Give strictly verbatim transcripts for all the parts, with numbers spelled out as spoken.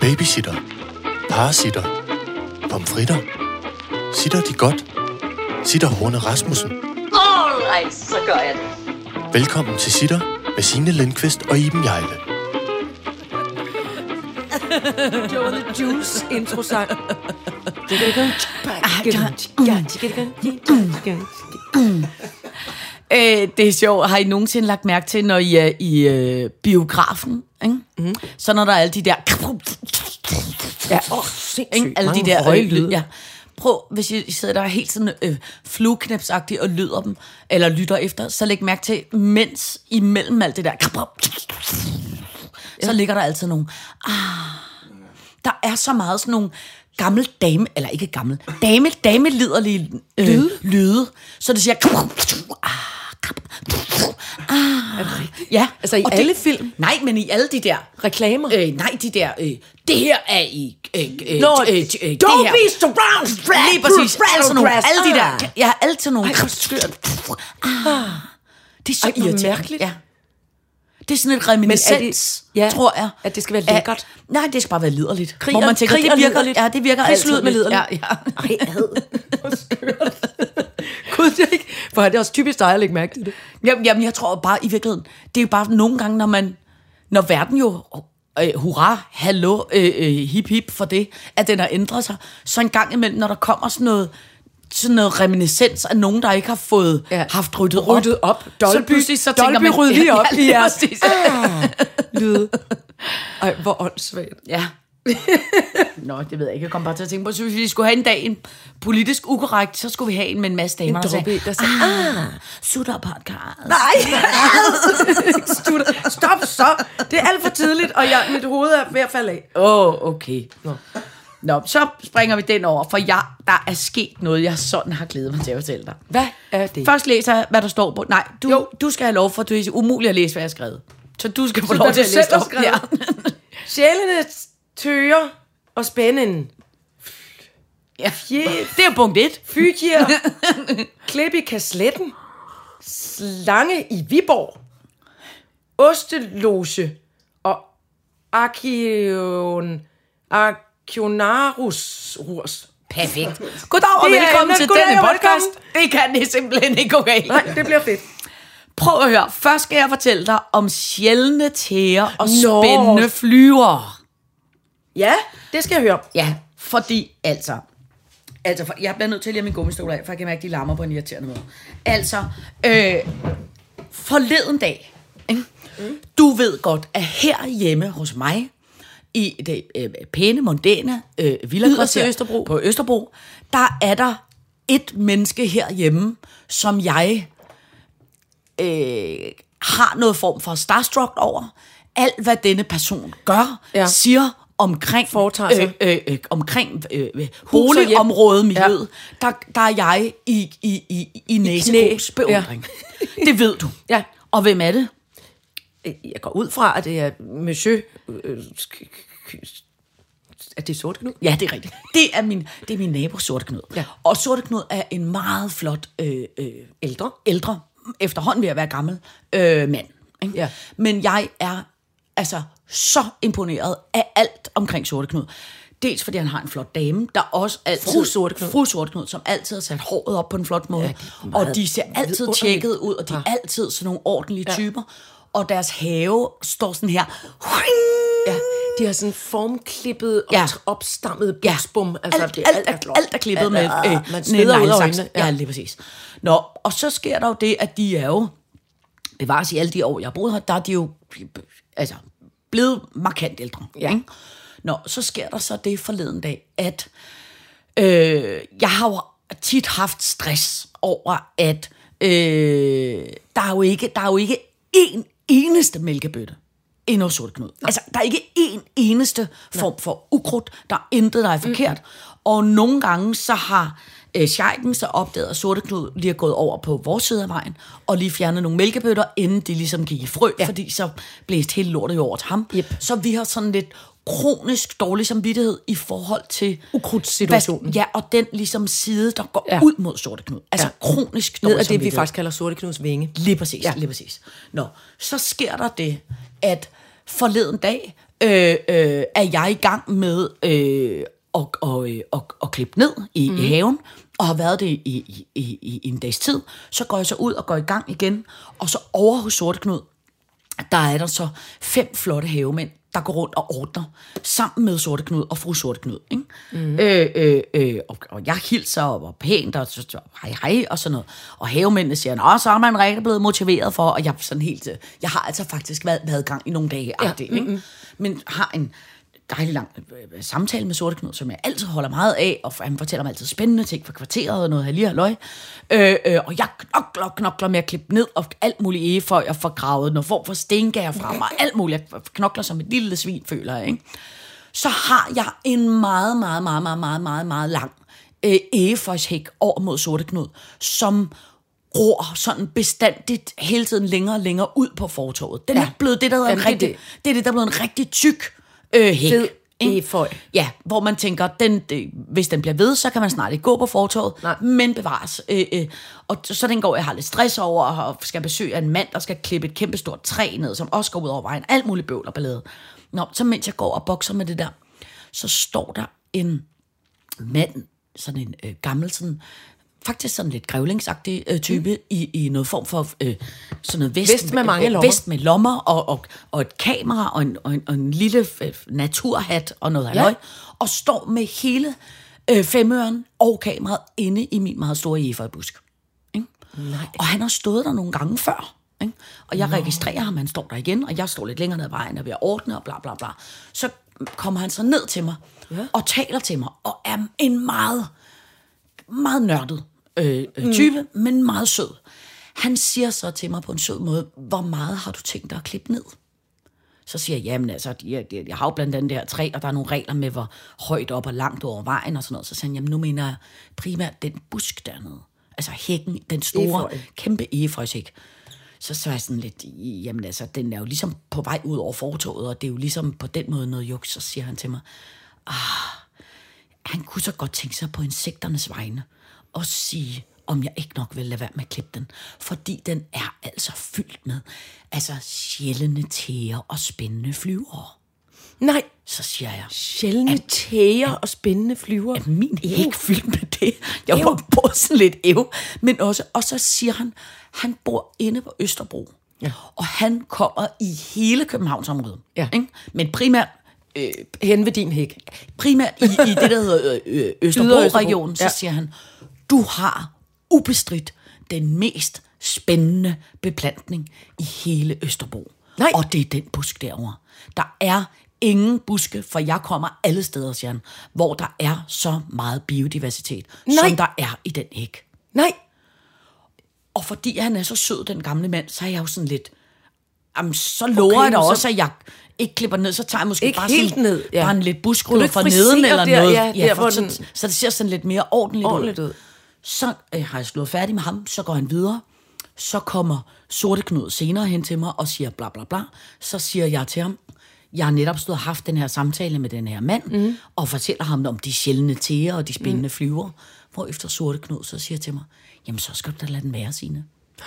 Babysitter. Parasitter. Pomfritter. Sitter de godt? Sitter Horne Rasmussen. Alright, så gør jeg det. Velkommen til Sitter med Signe Lindqvist og Iben Hjejle. Det var The Juice intro-sang. Øh, det er sjovt. Har I nogensinde lagt mærke til, når I er i øh, biografen, ikke? Mm. Så når der er alle de der... Ja, åh, oh, sindssygt. Alle de mange der røglyde. øh, ja. Prøv, hvis I sidder der helt sådan øh, flueknæpsagtigt og lyder dem, eller lytter efter, så læg mærke til, mens imellem alt det der... Så ligger der altid nogle... Ah, der er så meget sådan nogle gammel dame, eller ikke gammel, dame, dame liderlige øh, lyde? lyde. Så det siger... Ah, ah, ja. Altså i og alle det, film? Nej, men i alle de der... Reklamer? Øh, nej, de der... Øh, det her er i... Øh, øh, Nå, øh, øh, don't det her. be surrounded. Lige præcis. Altså nogle, grass. alle de der... Ah. Jeg har altid nogle... Ej, hvor skørt. Ah, det er så Ej, hvor irriterende. mærkeligt. Ja. Det er sådan et reminiscens, ja, tror jeg. at det skal være lækkert? At, nej, det skal bare være liderligt. Krig Hvor og- man tænker, krig det og virker, liderligt. ja, det virker Krigslyd altid med lidt. liderligt. Ja, ja. Ej, ad. Hvor skørt. Gud, det er ikke... For det er også typisk dig at lægge mærke til det. Jamen, jamen, jeg tror bare i virkeligheden, det er jo bare nogle gange, når man, når verden jo, øh, hurra, hallo, øh, øh, hip hip for det, at den har ændret sig, så en gang imellem, når der kommer sådan noget, sådan noget reminiscens af nogen, der ikke har fået Ja. haft ryddet, Ryddet op. Dolby, så pludselig så tænker Dolby man, rydde lige op i ja, jeres præcis. ah, lyde. Ej, hvor åndssvagt. Ja. Nå, det ved jeg ikke. Jeg kom bare til at tænke på, så hvis vi skulle have en dag en politisk ukorrekt, så skulle vi have en med en masse damer, En der sagde, Dolby, der sagde, ah, sutter podcast. Nej! Stop så! Det er alt for tidligt, og jeg, mit hoved er ved at falde af. Åh, oh, okay. Nå. Nå, så springer vi den over, for jeg, der er sket noget, jeg sådan har glædet mig til at fortælle dig. Hvad er det? Først læser jeg, hvad der står på. Nej, du, Jo. du skal have lov, for det er umuligt at læse, hvad jeg har skrevet. Så du skal få Så lov hvad til du at læse selv har op. skrevet? Sjælene tøger og spænden. Ja. ja. Det er punkt et. Fygier. Klip i kasletten. Slange i Viborg. Osteloge. Og Arkion... Arkionarus. Perfekt. Goddag og Det er velkommen emnet. til Goddag denne og podcast. velkommen. Det kan det simpelthen ikke gå galt. Nej, det bliver fedt. Prøv at høre. Først skal jeg fortælle dig om sjældne tæer og Nå. spændende flyver. Ja, det skal jeg høre. Ja, fordi altså... Altså, for, jeg bliver nødt til at lige have min gummistol af, for jeg kan mærke, at de larmer på en irriterende måde. Altså, øh, forleden dag, ikke? Mm. Du ved godt, at herhjemme hos mig, i det øh, pæne, mondæne øh, villakvarter Østerbro. på Østerbro, der er der et menneske herhjemme, som jeg øh, har noget form for starstruck over. Alt, hvad denne person gør, Ja. siger omkring, Foretager sig. øh, øh, omkring øh, øh, hjem. boligområdet, Ja. miljøet, der, der er jeg i, i, i, i næsegros beundring. Ja. Det ved du. Ja. Og hvem er det? Jeg går ud fra, at det er monsieur... Øh, sk- sk- at det er Sorte Knud? Ja, det er rigtigt. Det er min, det er min nabo, Sorte Knud. Ja. Og Sorte Knud er en meget flot øh, øh, Ældre? ældre, efterhånden ved at være gammel, øh, mand. Ikke? Ja. Men jeg er altså så imponeret af alt omkring Sorte Knud. Dels fordi han har en flot dame, der også altid... Fru Sorte Knud. Fru Sorte Knud, som altid har sat håret op på en flot måde. Ja, det er meget og de ser altid vidunderligt. tjekket ud, og de er altid sådan nogle ordentlige Ja. typer. Og deres have står sådan her... Ja, de har sådan formklippet og Ja. ja. opstammet Ja, buksbum. Altså, alt, det, alt, alt, flot. alt er klippet Alt med er- øh, man med en sveder ud af neglesaks. øjnene. Ja, lige præcis. Nå, og så sker der jo det, at de er jo, bevares i alle de år, jeg har boet her, der er de jo altså, blevet markant ældre. Ja. Ikke? Nå, så sker der så det forleden dag, at øh, jeg har jo tit haft stress over, at øh, der, er jo ikke, der er jo ikke én eneste mælkebøtte endnu Sorte Knud. Altså, der er ikke én eneste form for ukrudt. Der er intet, der er forkert. Mm. Og nogle gange så har øh, Scheiken så opdaget, at Sorte Knud lige er gået over på vores side af vejen, og lige fjernet nogle mælkebøtter, inden de ligesom gik i frø, ja. Fordi så blæste hele lortet jo over til ham. Yep. Så vi har sådan lidt kronisk dårlig samvittighed i forhold til ukrudtssituationen. Ja, og den ligesom side, der går ja. Ja. ud mod Sorte Knud. Altså Ja. kronisk Ned dårlig af det, vi samvittighed. faktisk kalder Sorte Knuds vinge. Lige præcis, ja. Ja. lige præcis. Nå, så sker der det, at forleden dag, øh, øh, er jeg i gang med øh, at, og, og, og klippe ned i, mm. i haven, og har været det i, i, i, i en dags tid. Så går jeg så ud og går i gang igen, og så over hos Sorte Knud, der er der så fem flotte havemænd, der går rundt og ordner, sammen med Sorte Knud og fru Sorte Knud. Ikke? Mm. Øh, øh, øh, og, og jeg hilser og var pænt, og så, hej hej, og sådan noget. Og havemændene siger, nå, så er man rigtig blevet motiveret for, og jeg sådan helt, jeg har altså faktisk været, været i gang i nogle dage, ja. det, ikke? Mm-hmm. Men har en dejlig lang øh, samtale med Sorte Knud, som jeg altid holder meget af, og han fortæller mig altid spændende ting fra kvarteret og noget halvlige halløj. Øh, øh, og jeg knokler og knokler med at klippe ned, og alt muligt egeføj og få gravet noget form for stengær fra mig, alt muligt. Jeg knokler som et lille svin, føler jeg, ikke? Så har jeg en meget, meget, meget, meget, meget, meget, meget lang øh, egeføjshæk over mod Sorte Knud, som ror sådan bestandigt hele tiden længere og længere ud på fortovet. Den ja. er blevet det, der hedder en rigtig, det. det er det, der er blevet en rigtig tyk øh, hæk. Fed egeføj. Ja, hvor man tænker, den, det, hvis den bliver ved, så kan man snart ikke gå på fortovet, Nej. men bevares. Øh, øh, og så den går, jeg har lidt stress over, og skal besøge en mand, der skal klippe et kæmpestort træ ned, som også går ud over vejen. Alt muligt bøvl og ballade. Nå, så mens jeg går og bokser med det der, så står der en mand, sådan en øh, gammel, sådan, faktisk sådan lidt grævlingsagtig øh, type, mm. i, i noget form for øh, sådan noget vest, vest med mange lommer, vest med lommer og, og, og et kamera og en, og en, og en lille øh, naturhat og noget halløj, ja. og står med hele øh, femøren og kameraet inde i min meget store egeføjbusk. Og han har stået der nogle gange før. Ikke? Og jeg Nå. registrerer ham, han står der igen, og jeg står lidt længere ned ad vejen og ved at ordne og bla bla bla. Så kommer han så ned til mig ja. og taler til mig, og er en meget, meget nørdet øh, mm. type, men meget sød. Han siger så til mig på en sød måde, hvor meget har du tænkt dig at klippe ned? Så siger jeg, jamen altså, jeg, jeg, jeg har jo blandt andet det her træ, og der er nogle regler med, hvor højt op og langt over vejen og sådan noget. Så siger han, jamen nu mener jeg primært den busk dernede. Altså hækken, den store, Efeu. kæmpe egeføjshæk. Så så er jeg sådan lidt, jamen altså, den er jo ligesom på vej ud over fortovet, og det er jo ligesom på den måde noget juk. Så siger han til mig, ah, han kunne så godt tænke sig på insekternes vegne, og sige, om jeg ikke nok vil lade være med at klippe den. Fordi den er altså fyldt med, altså sjældne tæger og spændende flyvere. Nej, så siger jeg, sjældne tæger og spændende flyver. Er min hæk fyldt med det? Jeg var på sådan lidt ev. Men også, og så siger han, han bor inde på Østerbro. Ja. Og han kommer i hele Københavnsområdet. Ja. Ikke? Men primært øh, hen ved din hæk. Primært i, i det, der hedder øh, Østerbro-regionen. Så ja. siger han, du har ubestridt den mest spændende beplantning i hele Østerbro. Nej. Og det er den busk derovre. Der er ingen buske, for jeg kommer alle steder, siger han, hvor der er så meget biodiversitet, Nej. som der er i den hæk. Nej. Og fordi han er så sød, den gamle mand, så er jeg jo sådan lidt, jamen, så lover okay, jeg da også, at jeg ikke klipper ned, så tager jeg måske ikke bare helt sådan, ned, ja. bare en lidt buskrød fra neden eller der, noget. Ja, ja, der, for, så, den... så det ser sådan lidt mere ordentligt, ordentligt ud. ud. Så øh, har jeg slået færdig med ham, så går han videre. Så kommer Sorte Knud senere hen til mig og siger bla bla bla. Så siger jeg til ham, jeg har netop stået og haft den her samtale med den her mand, mm. og fortæller ham om de sjældne tæger og de spændende mm. flyver. Hvor efter Sorte Knud så siger til mig, jamen så skal du da lade den være, Signe.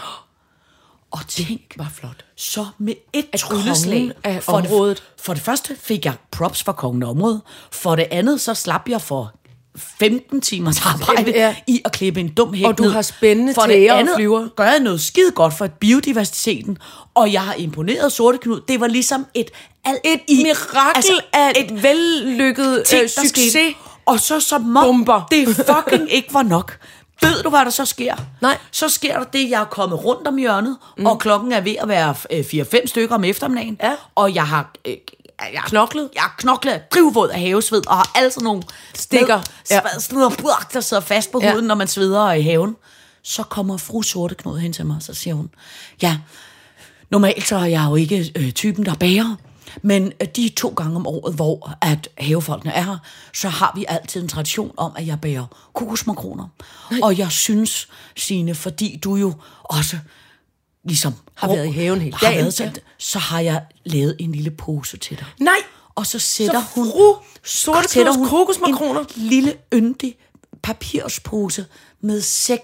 Og tænk, var flot. Så med et trylleslag af for området. Det, for det første fik jeg props for kongen af området. For det andet, så slap jeg for femten timers arbejde ja. i at klippe en dum hæk ned. Og du har spændende tæger og flyver. Gør jeg noget skide godt for biodiversiteten, og jeg har imponeret Sorte Knud. Det var ligesom et... Al- et i, mirakel altså, af et vellykket ting, øh, succes. Skete. Og så som om det fucking ikke var nok. Ved du, hvad der så sker? Nej. Så sker der det, jeg er kommet rundt om hjørnet, mm. og klokken er ved at være fire fem stykker om eftermiddagen, ja. og jeg har... Øh, Jeg har knoklet. Jeg har knoklet drivvåd af havesved, og har altså nogle stikker, ja. der sidder fast på huden, ja. når man sveder i haven. Så kommer fru Sorte Knud hen til mig, så siger hun, ja, normalt så er jeg jo ikke øh, typen, der bager, men de to gange om året, hvor at havefolkene er her, så har vi altid en tradition om, at jeg bager kokosmakroner. Og jeg synes, Signe, fordi du jo også... ligesom har været i haven hele dagen, så, så har jeg lavet en lille pose til dig. Nej! Og så sætter så hun, fru Sorte Knuds kokosmakroner. En lille yndig papirspose med seks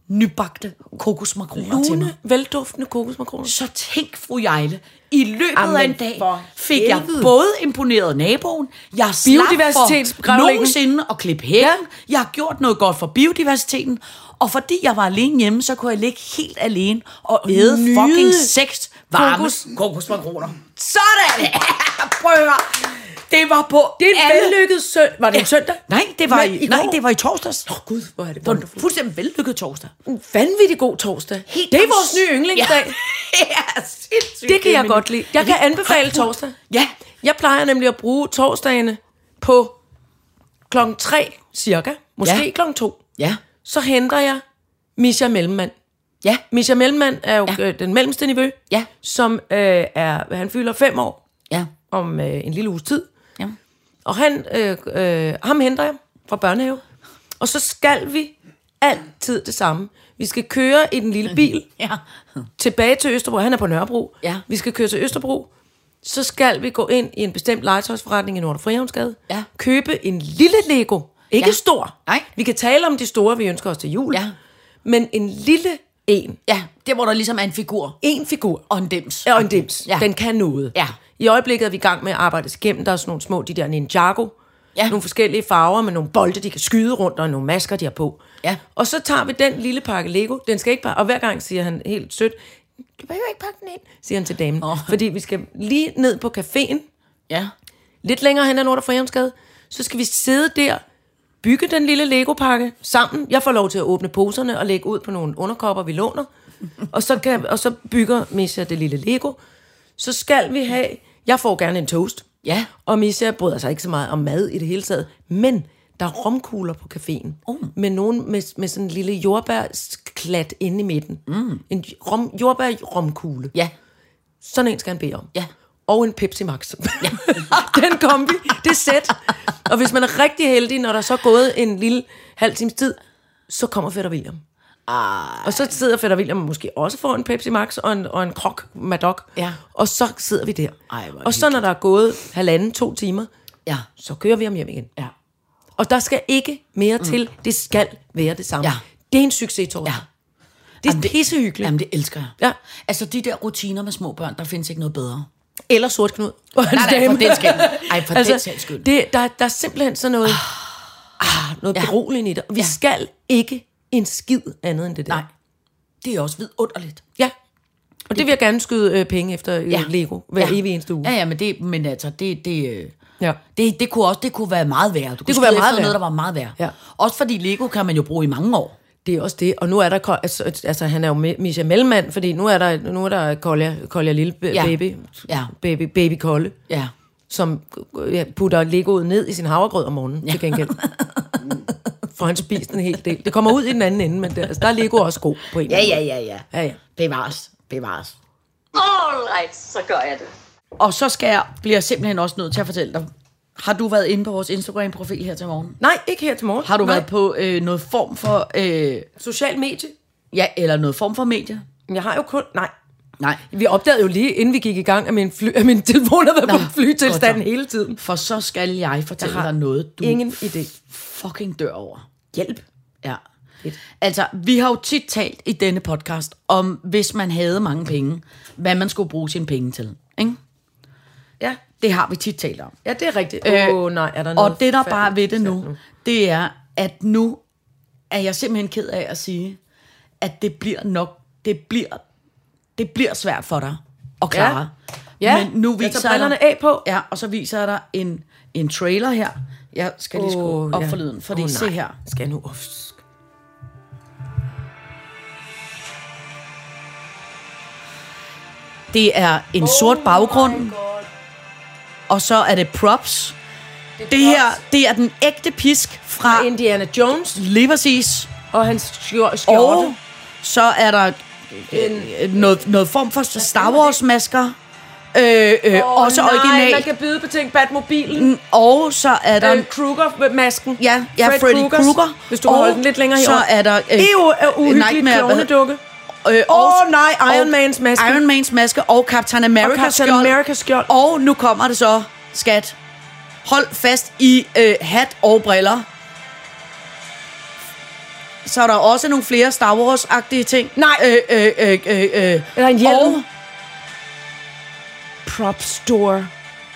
nybagte kokosmakroner til mig. Lune, velduftende kokosmakroner. Så tænk, fru Jejle, i løbet Amen, af en dag for fik jeg helvede. både imponeret naboen, jeg slap for Biodiversitetsgravlæggen. nogensinde at klippe hækken, Ja. jeg har gjort noget godt for biodiversiteten, og fordi jeg var alene hjemme, så kunne jeg ligge helt alene og æde Nyde fucking seks varme kokos- kokosmakroner. Sådan! Prøv at høre. Det var på Det er en alle... vellykket søndag. Var det en søndag? Nej, det var Men i, i nej, går? det var i torsdags. Åh, Gud, hvor er det Det var en wonderful. fuldstændig vellykket torsdag. En vanvittig god torsdag. Helt Det er abs- vores nye yndlingsdag. Ja, ja, sindssygt. Det kan jeg Men- godt lide. Jeg kan anbefale torsdag. Ja. Jeg plejer nemlig at bruge torsdagene på klokken tre cirka, måske Ja. klokken to. Ja. Så henter jeg Mischa Mellemmand. Ja. Mischa Mellemmand er jo Ja. ja. den mellemste niveau, Ja. som øh, er, han fylder fem år Ja. om øh, en lille uges tid. Ja. Og han, øh, øh, ham henter jeg fra børnehave. Og så skal vi altid det samme. Vi skal køre i den lille bil Ja. tilbage til Østerbro. Han er på Nørrebro. Ja. Vi skal køre til Østerbro. Så skal vi gå ind i en bestemt legetøjsforretning i Nordre Frihavnsgade. Ja. Købe en lille Lego. Ikke Ja. stor. Nej. Vi kan tale om de store, vi ønsker os til jul. Ja. Men en lille en. Ja, det hvor der ligesom er en figur. En figur. Og en dims. Ja, og en dims. Ja. Den kan noget. Ja. I øjeblikket er vi i gang med at arbejde os igennem. Der er sådan nogle små, de der Ninjago. Ja. Nogle forskellige farver med nogle bolde, de kan skyde rundt, og nogle masker, de har på. Ja. Og så tager vi den lille pakke Lego. Den skal ikke bare... Og hver gang siger han helt sødt, du behøver ikke pakke den ind, siger han til damen. Åh. Fordi vi skal lige ned på caféen, Ja. lidt længere hen ad Nordre Frihavnsgade. Så skal vi sidde der, bygge den lille Lego-pakke sammen. Jeg får lov til at åbne poserne og lægge ud på nogle underkopper, vi låner. Og så, kan, og så bygger Mischa det lille Lego. Så skal vi have... Jeg får gerne en toast. Ja. Og Mischa bryder sig ikke så meget om mad i det hele taget. Men der er romkugler på caféen. Oh. Med, nogen, med, med sådan en lille jordbærsklat inde i midten. Mm. En rom, jordbær-romkugle. Ja. Sådan en skal han bede om. Ja. Og en Pepsi Max. Ja. Den kombi, det sæt. Og hvis man er rigtig heldig, når der så er gået en lille halv times tid, så kommer Fætter William. Ej. Og så sidder Fætter William måske også for en Pepsi Max og en, og en krok Madoc. Ja. Og så sidder vi der. Ej, hvor er det og så når der er gået halvanden, to timer, Ja. så kører vi ham hjem igen. Ja. Og der skal ikke mere mm. til. Det skal være det samme. Ja. Det er en succes, Torben. Ja. Det er Jamen, det- pissehyggeligt. Jamen, det elsker jeg. Ja. Altså, de der rutiner med små børn, der findes ikke noget bedre. Eller Sort Knud. Nej, nej, for den skyld. Ej, for den sags skyld. Det, der, der er simpelthen sådan noget, ah, noget Ja. beroligende i det. Og vi Ja. skal ikke en skid andet end det der. Nej. Det er også vidunderligt. Ja. Og det vil jeg gerne skyde øh, penge efter øh, Ja. Lego hver Ja. evig eneste uge. Ja, ja, men det, men altså, det, det, øh, Ja. det, det kunne også det kunne være meget værre. Du kunne kunne være skyde meget efter noget, værre. der var meget værre. Ja. Også fordi Lego kan man jo bruge i mange år. Det er også det. Og nu er der, ko- altså, altså han er jo Me- Mischa Mellemmand, fordi nu er der, nu er der Kolja, Kolja lille b- Ja. baby, Ja. baby, baby Kolle, Ja. som ja, putter Legoet ned i sin havregrød om morgenen, ja. til gengæld. For han spist en hel del. Det kommer ud i den anden ende, men der, altså, der er Lego også god på en Ja, eller ja, anden ja, ja. måde. Ja, ja. Bevares. Bevares. All right, så gør jeg det. Og så skal jeg, bliver jeg simpelthen også nødt til at fortælle dig. Har du været inde på vores Instagram-profil her til morgen? Nej, ikke her til morgen. Har du Nej. været på øh, noget form for... Øh, Social medie? ja, eller noget form for medie? Jeg har jo kun... Nej. Nej. Vi opdagede jo lige, inden vi gik i gang, at min, fly, at min telefon har været Nå, på flytilstand godt så. hele tiden. For så skal jeg fortælle Jeg har dig noget, du ingen idé. fucking dør over. Hjælp. Ja. Fedt. Altså, vi har jo tit talt i denne podcast om, hvis man havde mange penge, hvad man skulle bruge sine penge til. Ikke? Ja. Det har vi tit talt om. Ja, det er rigtigt. Åh, Øh, oh, nej, er der noget Og det, der bare er ved det forfærdeligt nu, det er, at nu er jeg simpelthen ked af at sige, at det bliver nok, det bliver, det bliver svært for dig at klare. Ja, Men nu jeg viser tager brillerne dig, af på. Ja, og så viser jeg dig en, en trailer her. Jeg skal lige skrue Åh, op ja. forleden, fordi Åh, se nej. her. Skal jeg nu... Oh, Det er en oh sort baggrund, og så er det props. Det, det her, det er den ægte pisk fra Indiana Jones lige præcis. og hans skjor- skjorte. Og så er der øh, noget, noget form for Star Wars masker. Øh, øh, Åh, også nej, original. man kan byde på ting. Batmobilen. Og så er der... Øh, Kruger-masken. ja, ja, Fred Freddy Krugers, Krueger. hvis du vil holde den lidt længere i så år. er der... Øh, Det er jo er uhyggeligt Nightmare, hvad- klovnedukke. Øh, Åh, og- nej, Iron og- Mans maske. Iron Mans maske og Captain America Og Captain skjold. America skjold. Og nu kommer det så, skat. Hold fast i øh, hat og briller. så er der også nogle flere Star Wars-agtige ting. Nej. Øh, øh, øh, øh, øh. Eller en hjelm. Og Prop store.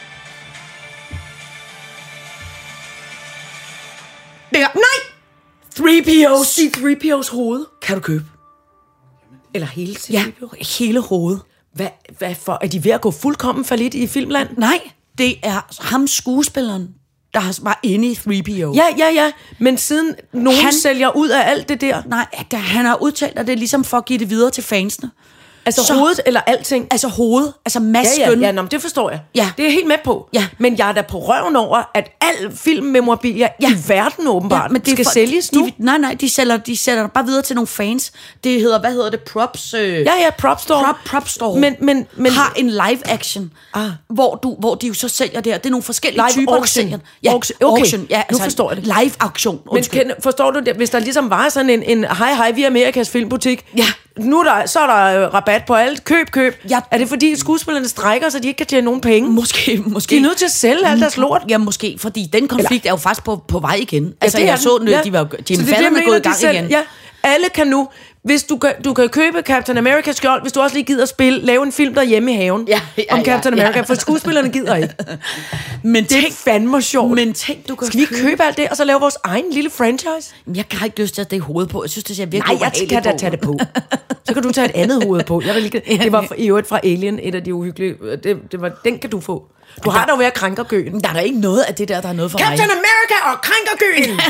der. Nej! tre P O's. C tre P O's hoved. Kan du købe? Eller hele C Ja, tre P O. hele hovedet. Hvad, hvad for? Er de ved at gå fuldkommen fallit i filmland? Nej, det er ham skuespilleren, der var inde i tre P O. Ja, ja, ja. Men siden nogen Han- Han... sælger ud af alt det der. Nej, da han har udtalt, at det er ligesom for at give det videre til fansene. Altså Så- så... hovedet eller alting. Altså hovedet, altså Ja, masken. ja, ja, nå, men det forstår jeg. Ja. Det er jeg helt med på. Ja. Men jeg er da på røven over, at al filmmemorabilia ja. i verden åbenbart ja, men det skal for, sælges nu. De, nej, nej, de sælger, de sælger bare videre til nogle fans. Det hedder, hvad hedder det, props? Øh, Ja, ja, Prop Store. Prop, prop Store. Men, men, men har en live action, Ah. hvor, du, hvor de jo så sælger det her. Det er nogle forskellige Live typer, der auction. sælger. Ja, Auction. Okay, auction. Ja, nu forstår jeg det. Live auktion. Men kan, forstår du det? Hvis der ligesom var sådan en, en hej hej, vi er Amerikas filmbutik. Ja. Nu er der, så er der øh, rabat på alt. Køb, køb. Ja. Er det fordi skuespillerne strækker, så de ikke kan tjene nogen penge? Måske, måske. De er nødt til at sælge alt deres lort. Ja, måske, fordi den konflikt Eller, er jo faktisk på, på vej igen. Altså, det er jeg den. så, den, Ja. de var, Så Jimmy det er Fallon det, er gået i mener, gang de selv- igen. Ja, alle kan nu. Hvis du kan, du kan købe Captain America skjold, hvis du også lige gider at spille, lave en film derhjemme i haven Ja, ja, om ja, Captain ja. America, for skuespillerne gider ikke. Men Det er tænk, fandme sjovt. men tænk, du kan Skal vi ikke købe alt det, og så lave vores egen lille franchise? Jeg har ikke lyst til at det hoved på. Jeg synes, det ser virkelig Nej, jeg ubehageligt kan da på. tage det på. Så kan du tage et andet hoved på. Jeg vil ikke, det var i øvrigt fra Alien, et af de uhyggelige. Det, det var, den kan du få. Du har da jo været krænkergøen. Der er da ikke noget af det der, der er noget for Captain mig. America og krænkergøen!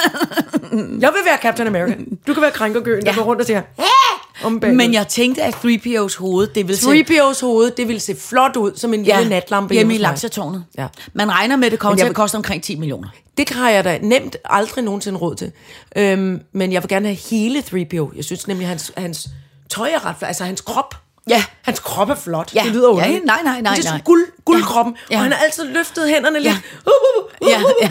Jeg vil være Captain America. Du kan være krænkergøen, der Ja. går rundt og siger... Om bagved. Men jeg tænkte, at tre P O's hoved, det vil tre P O's hoved, det ville se flot ud som en lille natlampe hjemme i hos mig. Laksetårnet. Ja. Man regner med, at det kommer Men til jeg at koste omkring ti millioner. Det har jeg da nemt aldrig nogensinde råd til. Øhm, men jeg vil gerne have hele tre P O. Jeg synes nemlig, at hans, hans tøj er ret flot. Altså hans krop. Ja. Hans krop er flot. Ja. Det lyder underligt. Ja, nej, nej, nej, Det er sådan nej. guld, guldkroppen. Ja. Og han har altid løftet hænderne lidt. Ja, ja.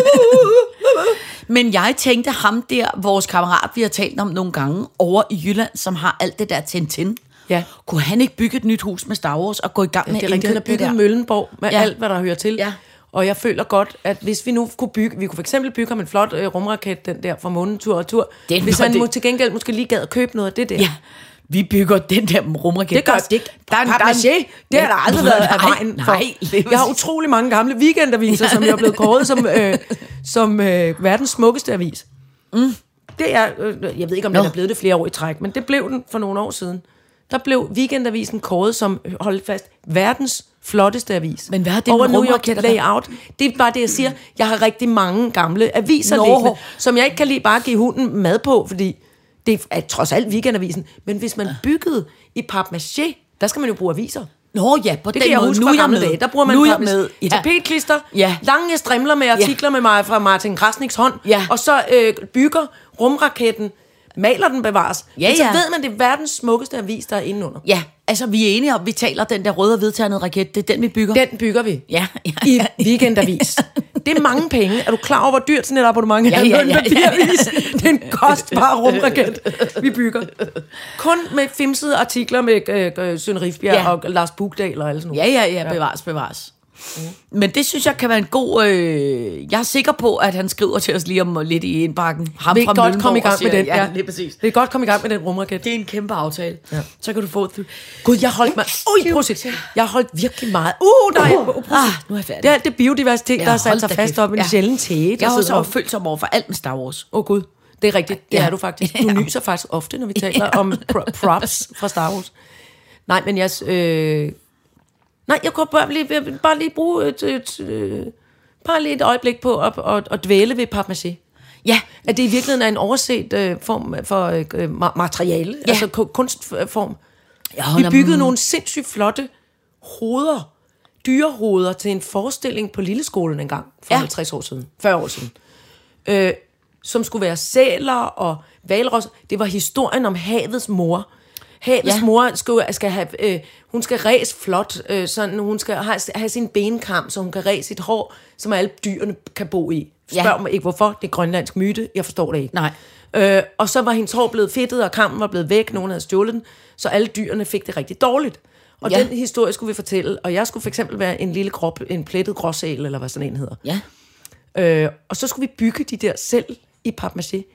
Men jeg tænkte ham der, vores kammerat, vi har talt om nogle gange, over i Jylland, som har alt det der Tintin. Ja. Kunne han ikke bygge et nyt hus med Star Wars og gå i gang med Det er rigtigt, han har indkøbe det bygget der? Møllenborg med Ja. ja. alt, hvad der hører til. Ja. Og jeg føler godt, at hvis vi nu kunne bygge... Vi kunne for eksempel bygge ham en flot øh, rumraket, den der fra månen tur og tur. Den hvis var han det- må til gengæld måske lige gad at købe noget af det der. Ja, vi bygger den der rumraket. Det gør Der- det. Der, er- der, er- Papmaché, det har der aldrig været af Nej, vejen for. nej, det er Jeg har præcis. utrolig mange gamle weekendaviser, som jeg er blevet kåret som, øh, som øh, verdens smukkeste avis. Mm. Det er, øh, jeg ved ikke, om Nå. den er blevet det flere år i træk, men det blev den for nogle år siden. Der blev weekendavisen kåret som, hold fast, verdens flotteste avis. Men hvad har det over med New York rumraketter, der? Layout. Det er bare det, jeg siger. Jeg har rigtig mange gamle aviser Nå. liggende, som jeg ikke kan lige bare give hunden mad på, fordi det er trods alt weekendavisen. Men hvis man byggede i papmaché, der skal man jo bruge aviser. Nå ja, på Det den kan jeg måde. huske Nu fra er jeg gamle med. dage. Der bruger man nu er jeg papmaché. med. Ja. Tapetklister, Ja. lange strimler med artikler med mig fra Martin Krasniks hånd, Ja. og så øh, bygger rumraketten, maler den bevares. Ja, Men så ja. ved man, det er verdens smukkeste avis, der er inde under. Ja, altså vi er enige om, vi taler den der røde og hvedternede raket, det er den, vi bygger. Den bygger vi Ja, ja, i ja, ja. weekendavis. Det er mange penge. Er du klar over, hvor dyrt sådan et abonnement er? Ja, ja, ja, ja, ja. Det er en kostbar rumraket, vi bygger. Kun med fimsede artikler med øh, øh, Søren Rifbjerg Ja. og Lars Bugdal og alle sådan noget. Ja, ja, ja, bevares, bevares. Mm. Men det synes jeg kan være en god... Øh, jeg er sikker på, at han skriver til os lige om lidt i indbakken. Ham Vi er fra godt Møllenborg komme i gang og siger, med den. Ja, det er præcis. Det er godt komme i gang med den rumraket. Det er en kæmpe aftale. Ja. Så kan du få... Gud, jeg holdt mig... Ui, prøv at se. Jeg har holdt virkelig meget... Uh, nej. Uh, Ah, nu er jeg færdig. Det er alt det biodiversitet, Ja, der har sat hold sig da fast kæft. op i en Ja. sjælden tæge. Jeg er også opfølsom over for alt med Star Wars. Åh oh, Gud, det er rigtigt. Det Ja. er du faktisk. Du Ja. nyser faktisk ofte, når vi taler om pro- props fra Star Wars. Nej, men jeg... Øh... Nej, jeg kunne bare lige, jeg vil bare lige bruge et, et, et, bare lige et øjeblik på at, at, at dvæle ved papmaché. Ja, At det i virkeligheden er en overset øh, form for øh, ma- materiale, Ja. altså ku- kunstform. Jeg Vi holder byggede m- nogle sindssygt flotte hoveder, dyrehoveder, til en forestilling på Lilleskolen engang, for Ja. halvtreds år siden, fyrre år siden, øh, som skulle være sæler og hvalros. Det var historien om havets mor. Havets Ja. ja. mor skal, skal have, øh, hun skal ræse flot, øh, sådan, hun skal have, have sin benkam, så hun kan ræse sit hår, som alle dyrene kan bo i. Spørg Ja. mig ikke hvorfor, det er grønlandsk myte, jeg forstår det ikke. Nej. Øh, og så var hendes hår blevet fedtet, og kammen var blevet væk, nogen havde stjålet den, så alle dyrene fik det rigtig dårligt. Og Ja. ja. den historie skulle vi fortælle, og jeg skulle for eksempel være en lille krop, en plettet gråsæl, eller hvad sådan en hedder. ja. Øh, og så skulle vi bygge de der selv i papmaché.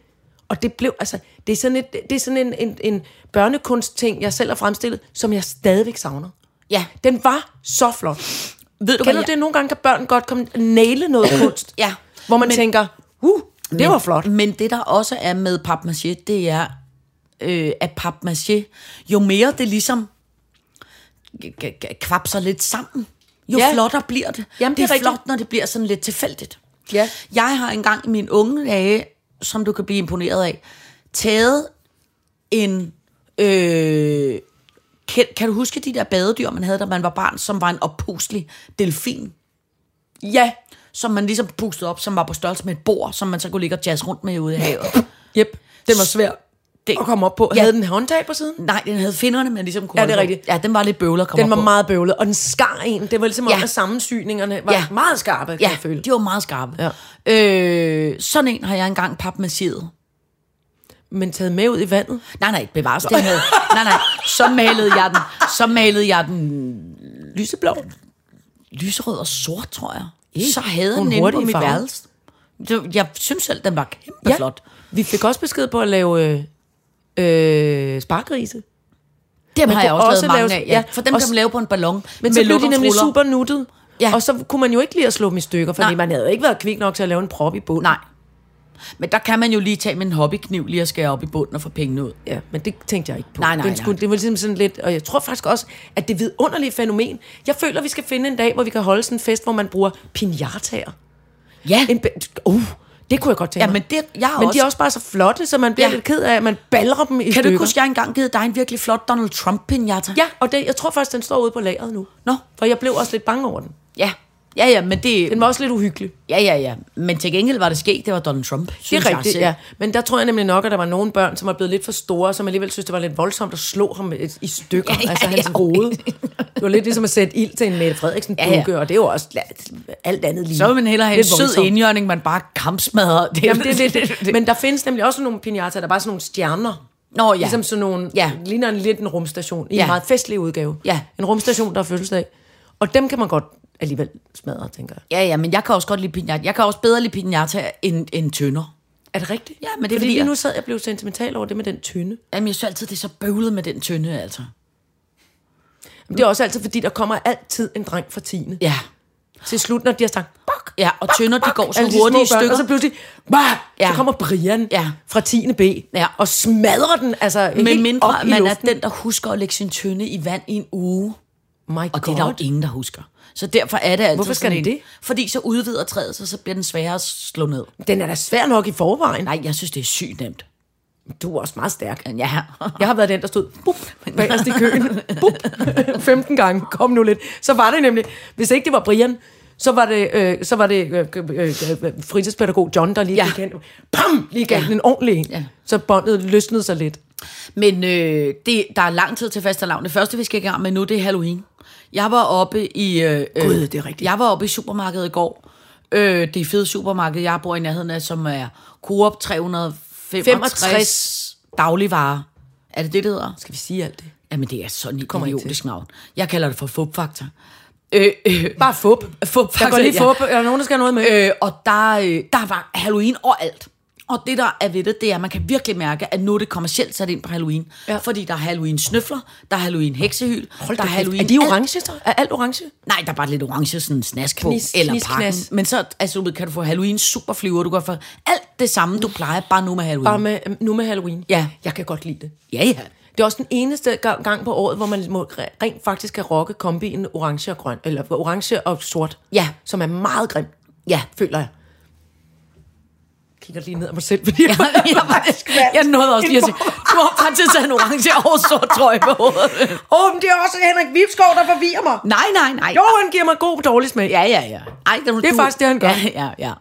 Og det blev, altså, det er sådan, et, det er sådan en, en, en børnekunstting, jeg selv har fremstillet, som jeg stadigvæk savner. Ja. Den var så flot. Ved du, Kender hvad du det? Nogle gange kan børn godt komme og næle noget kunst. Ja. Hvor man Men- tænker, uh, det men, var flot. Men det, der også er med papmaché, det er, øh, at papmaché, jo mere det ligesom kvapser lidt sammen, jo Ja. ja. flottere bliver det. Jamen, det det er er rigtigt. flot, når det bliver sådan lidt tilfældigt. Ja. Jeg har engang i mine unge dage, som du kan blive imponeret af, taget en... Øh, kan, kan du huske de der badedyr, man havde, da man var barn, som var en oppustelig delfin? Ja. Som man ligesom pustede op, som var på størrelse med et bord, som man så kunne ligge og jazze rundt med ude i havet. Yep. Den var svær Det- at komme op på. Ja. Havde den håndtag på siden? Nej, den havde finnerne, men ligesom kunne Ja, det er holde på. rigtigt. Ja, den var lidt bøvlet at komme Den op var på. meget bøvlet, og den skar en. Det var ligesom om, Ja. at sammensyningerne var Ja. meget skarpe, kan Ja, jeg føle. de var meget skarpe. Ja. Øh, sådan en har jeg engang papmasseret. Men taget med ud i vandet. Nej, nej, bevares den havde. Nej, nej, så malede jeg den. Så malede jeg den Lyseblå. lyserød og sort, tror jeg. Ikke? Så havde Hun den inde på hurtig i mit farven. værelse. Det- Jeg synes selv, den var kæmpe Ja. flot. Vi fik også besked på at lave øh, øh, sparkrise. Dem Man har jeg kunne også også lavet mange lave- af. Ja. ja. For dem Og kan s- man lave på en ballon. Men med så blev de nemlig lukkertruller. super nuttet. Ja. Og så kunne man jo ikke lide at slå dem i stykker, fordi Nej. man havde jo ikke været kvik nok til at lave en prop i bunden. Nej. Men der kan man jo lige tage med en hobbykniv lige at skære op i bunden og få pengene ud. Ja, men det tænkte jeg ikke på. Nej, nej, Den nej. skulle, det var ligesom sådan lidt, og jeg tror faktisk også, at det vidunderlige fænomen, jeg føler, vi skal finde en dag, hvor vi kan holde sådan en fest, hvor man bruger piñataer. Ja, En be- uh, det kunne jeg godt tænke ja mig. men det, jeg har Men også... de er også bare så flotte, så man bliver Ja. lidt ked af, at man balrer dem i Kan stykker. du ikke huske, at jeg engang givet dig en virkelig flot Donald Trump-pinata? Ja, og det, jeg tror faktisk, den står ude på lageret nu. Nå. For jeg blev også lidt bange over den. Ja, ja, ja, men det... Den var også lidt uhyggelig. Ja, ja, ja. Men til gengæld var det sket, det var Donald Trump. Det synes er jeg rigtigt, selv. ja. Men der tror jeg nemlig nok, at der var nogle børn, som var blevet lidt for store, som alligevel synes, det var lidt voldsomt at slå ham i- i stykker. Ja, ja, altså hans ja. hoved. Det var lidt ligesom at sætte ild til en Mette Frederiksen-bunke, Ja, ja. og det er jo også alt andet lige. Så vil man hellere have en Lidt sød voldsomt. indjørning, man bare kampsmadrer. Det, Jamen, det er lidt, men der findes nemlig også nogle piñataer, der er bare sådan nogle stjerner. Nå, ja. Ligesom sådan nogle, Ja. ligner en lidt en rumstation, i Ja. en meget festlig udgave. Ja. En rumstation, der er fødselsdag. Og dem kan man godt alligevel smadre, tænker jeg. Ja, ja, men jeg kan også godt lide piñata. Jeg kan også bedre lide piñata end, end tønder. Er det rigtigt? Ja, men det er fordi, fordi, lige jeg- nu sad jeg blev sentimental over det med den tynde. Jamen, jeg synes altid, det er så bøvlet med den tønde, altså. Men det er også altid, fordi der kommer altid en dreng fra tiende. Ja. Til slut, når de har sagt, bok, Ja, og tønder, de går så alle de hurtigt i små børn, stykker. og så pludselig, bah, Ja. så kommer Brian Ja. fra tiende B, Ja. og smadrer den, altså Med helt mindre, op i man er luften. den, der husker at lægge sin tønde i vand i en uge. My Og God. det er der jo ingen, der husker. Så derfor er det altid Hvorfor skal sådan den en- det? Fordi så udvider træet sig, så bliver den sværere at slå ned. Den er da svær nok i forvejen. Nej, jeg synes, det er sygt nemt. Du er også meget stærk. Ja. Jeg har været den, der stod bup, bagerst i køen. Bup, femten gange. Kom nu lidt. Så var det nemlig, hvis ikke det var Brian, så var det, øh, så var det øh, øh, øh, fritidspædagog John, der lige Ja. gik hen. Pam! Lige gav Ja. den en ordentlig en. Ja. Så båndet løsnede sig lidt. Men øh, det, der er lang tid til fastelavn. Det første, vi skal i gang med nu, det er Halloween. Jeg var oppe i... Øh, Gud, det er rigtigt. Jeg var oppe i supermarkedet i går. Øh, det er fede supermarked, jeg bor i nærheden af, som er Coop tre hundrede femogtres dagligvarer. Er det det, det hedder? Skal vi sige alt det? Jamen, det er sådan et Kommer ikke idiotisk navn. Jeg kalder det for Fupfaktor. Øh, øh, Bare fup. Fupfaktor, Der går lige ja. fup. Er der nogen, der skal have noget med? Øh, og der, øh, der var Halloween overalt. Og det, der er ved det, det er, at man kan virkelig mærke, at nu er det kommercielt sat ind på Halloween. Ja. Fordi der er Halloween-snøfler, der er Halloween-heksehyl, der er Halloween... Er de orange, så? Er alt orange? Nej, der er bare lidt orange, sådan en snask på, Knis- eller knis- pakken. knas. Men så altså, du ved, kan du få Halloween-superflyver, du kan få alt det samme, du plejer, bare nu med Halloween. Bare med, nu med Halloween? Ja. Jeg kan godt lide det. Ja, ja. Det er også den eneste gang gang på året, hvor man må re- rent faktisk kan rocke kombinen orange og grøn, eller orange og sort, Ja. som er meget grim, Ja. føler jeg. Jeg kigger lige ned af mig selv, fordi jeg, jeg, jeg, jeg nåede også lige at sige, du har faktisk taget en orange og sort trøje på hovedet. Åh, oh, men det er også Henrik Vibskov, der forvirrer mig. Nej, nej, nej. Jo, han giver mig god dårlig smag. Ja, ja, ja. Ej, det, Det er faktisk det, han gør. Ja, ja, ja.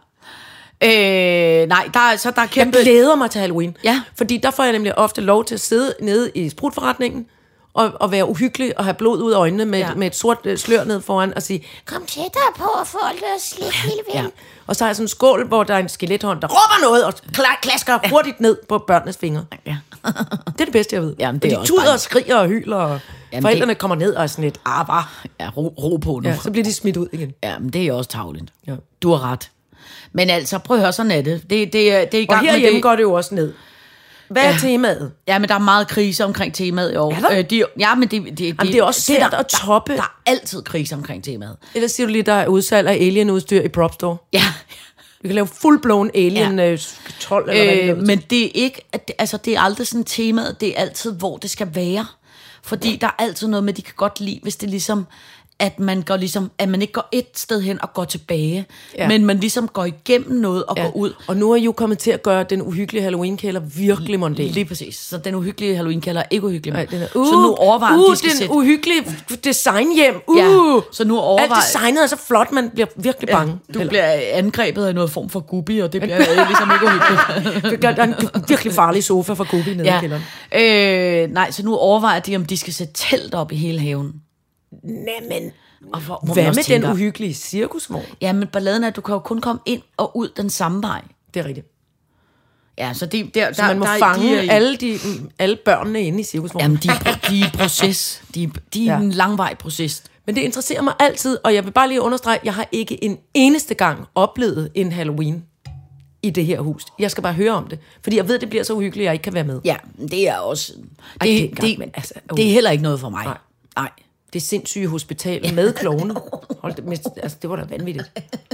Øh, nej, der, er- så der er Jeg kæmpe... glæder mig til Halloween. Ja. Fordi der får jeg nemlig ofte lov til at sidde nede i sprutforretningen, og, og være uhyggelig og have blod ud af øjnene med, Ja. ja. med et sort øh, slør ned foran og sige, Kom tættere på og få det og slik hele Ja. vejen. og så har jeg sådan en skål, hvor der er en skelethånd, der råber noget og kla- klasker ja. hurtigt ned på børnenes fingre. Ja. Det er det bedste, jeg ved. Jamen, det er og de også tuder bare- og skriger og hyler, og Jamen, forældrene det- kommer ned og er sådan lidt, ah, bare. Ja, ro, ro på nu. Ja, så bliver de smidt ud igen. Ja, men det er også tavligt. Ja. Du har ret. Men altså, prøv at høre, sådan er det. Det, det, er- det er i Og gang med herhjemme det. går det jo også ned. Hvad er temaet? Ja, men der er meget krise omkring temaet i år. Er der? Øh, de, ja, men det, det, det, Jamen, det er også svært der, at toppe. Der, der er altid krise omkring temaet. Eller siger du lige, der er udsalg af alien-udstyr i Prop Store? Ja. Vi kan lave full-blown alien ja. tolv eller hvad øh, Men det er ikke, at det, altså det er aldrig sådan temaet, det er altid, hvor det skal være. Fordi der er altid noget med, de kan godt lide, hvis det ligesom, at man går ligesom, at man ikke går et sted hen og går tilbage, ja. men man ligesom går igennem noget og ja. går ud. Og nu er I jo kommet til at gøre den uhyggelige Halloween-kælder virkelig mondæn. Lige præcis. Så den uhyggelige Halloween-kælder er ikke uhyggelig. Nej, den er, uh, så nu overvejer uh, de skal den sætte... uhyggelige designhjem. Uh. Ja, så nu overvejer... Alt designet er så flot, man bliver virkelig bange. Ja, du eller... bliver angrebet af noget form for gubbi, og det bliver ligesom ikke uhyggeligt. Der er en virkelig farlig sofa for gubbi nede ja. i kælderen. Øh, nej, så nu overvejer de, om de skal sætte telt op i hele haven. Næmen... Og hvor, hvor Hvad med tænker, den uhyggelige cirkusvogn? Ja, men balladen er, at du kan jo kun komme ind og ud den samme vej. Det er rigtigt. Ja, så, det, der, så man der, må der, fange de er, alle, de, alle børnene inde i cirkusvognen. Jamen, de, de er proces. De, de er ja. en langvej proces. Men det interesserer mig altid, og jeg vil bare lige understrege, jeg har ikke en eneste gang oplevet en Halloween i det her hus. Jeg skal bare høre om det, fordi jeg ved, det bliver så uhyggeligt, at jeg ikke kan være med. Ja, det er også... Det, Ej, det, det, det, men altså, uh. det er heller ikke noget for mig. Nej. Nej. Det sindssyge hospital med klovne. Hold det, med, altså, det var da vanvittigt.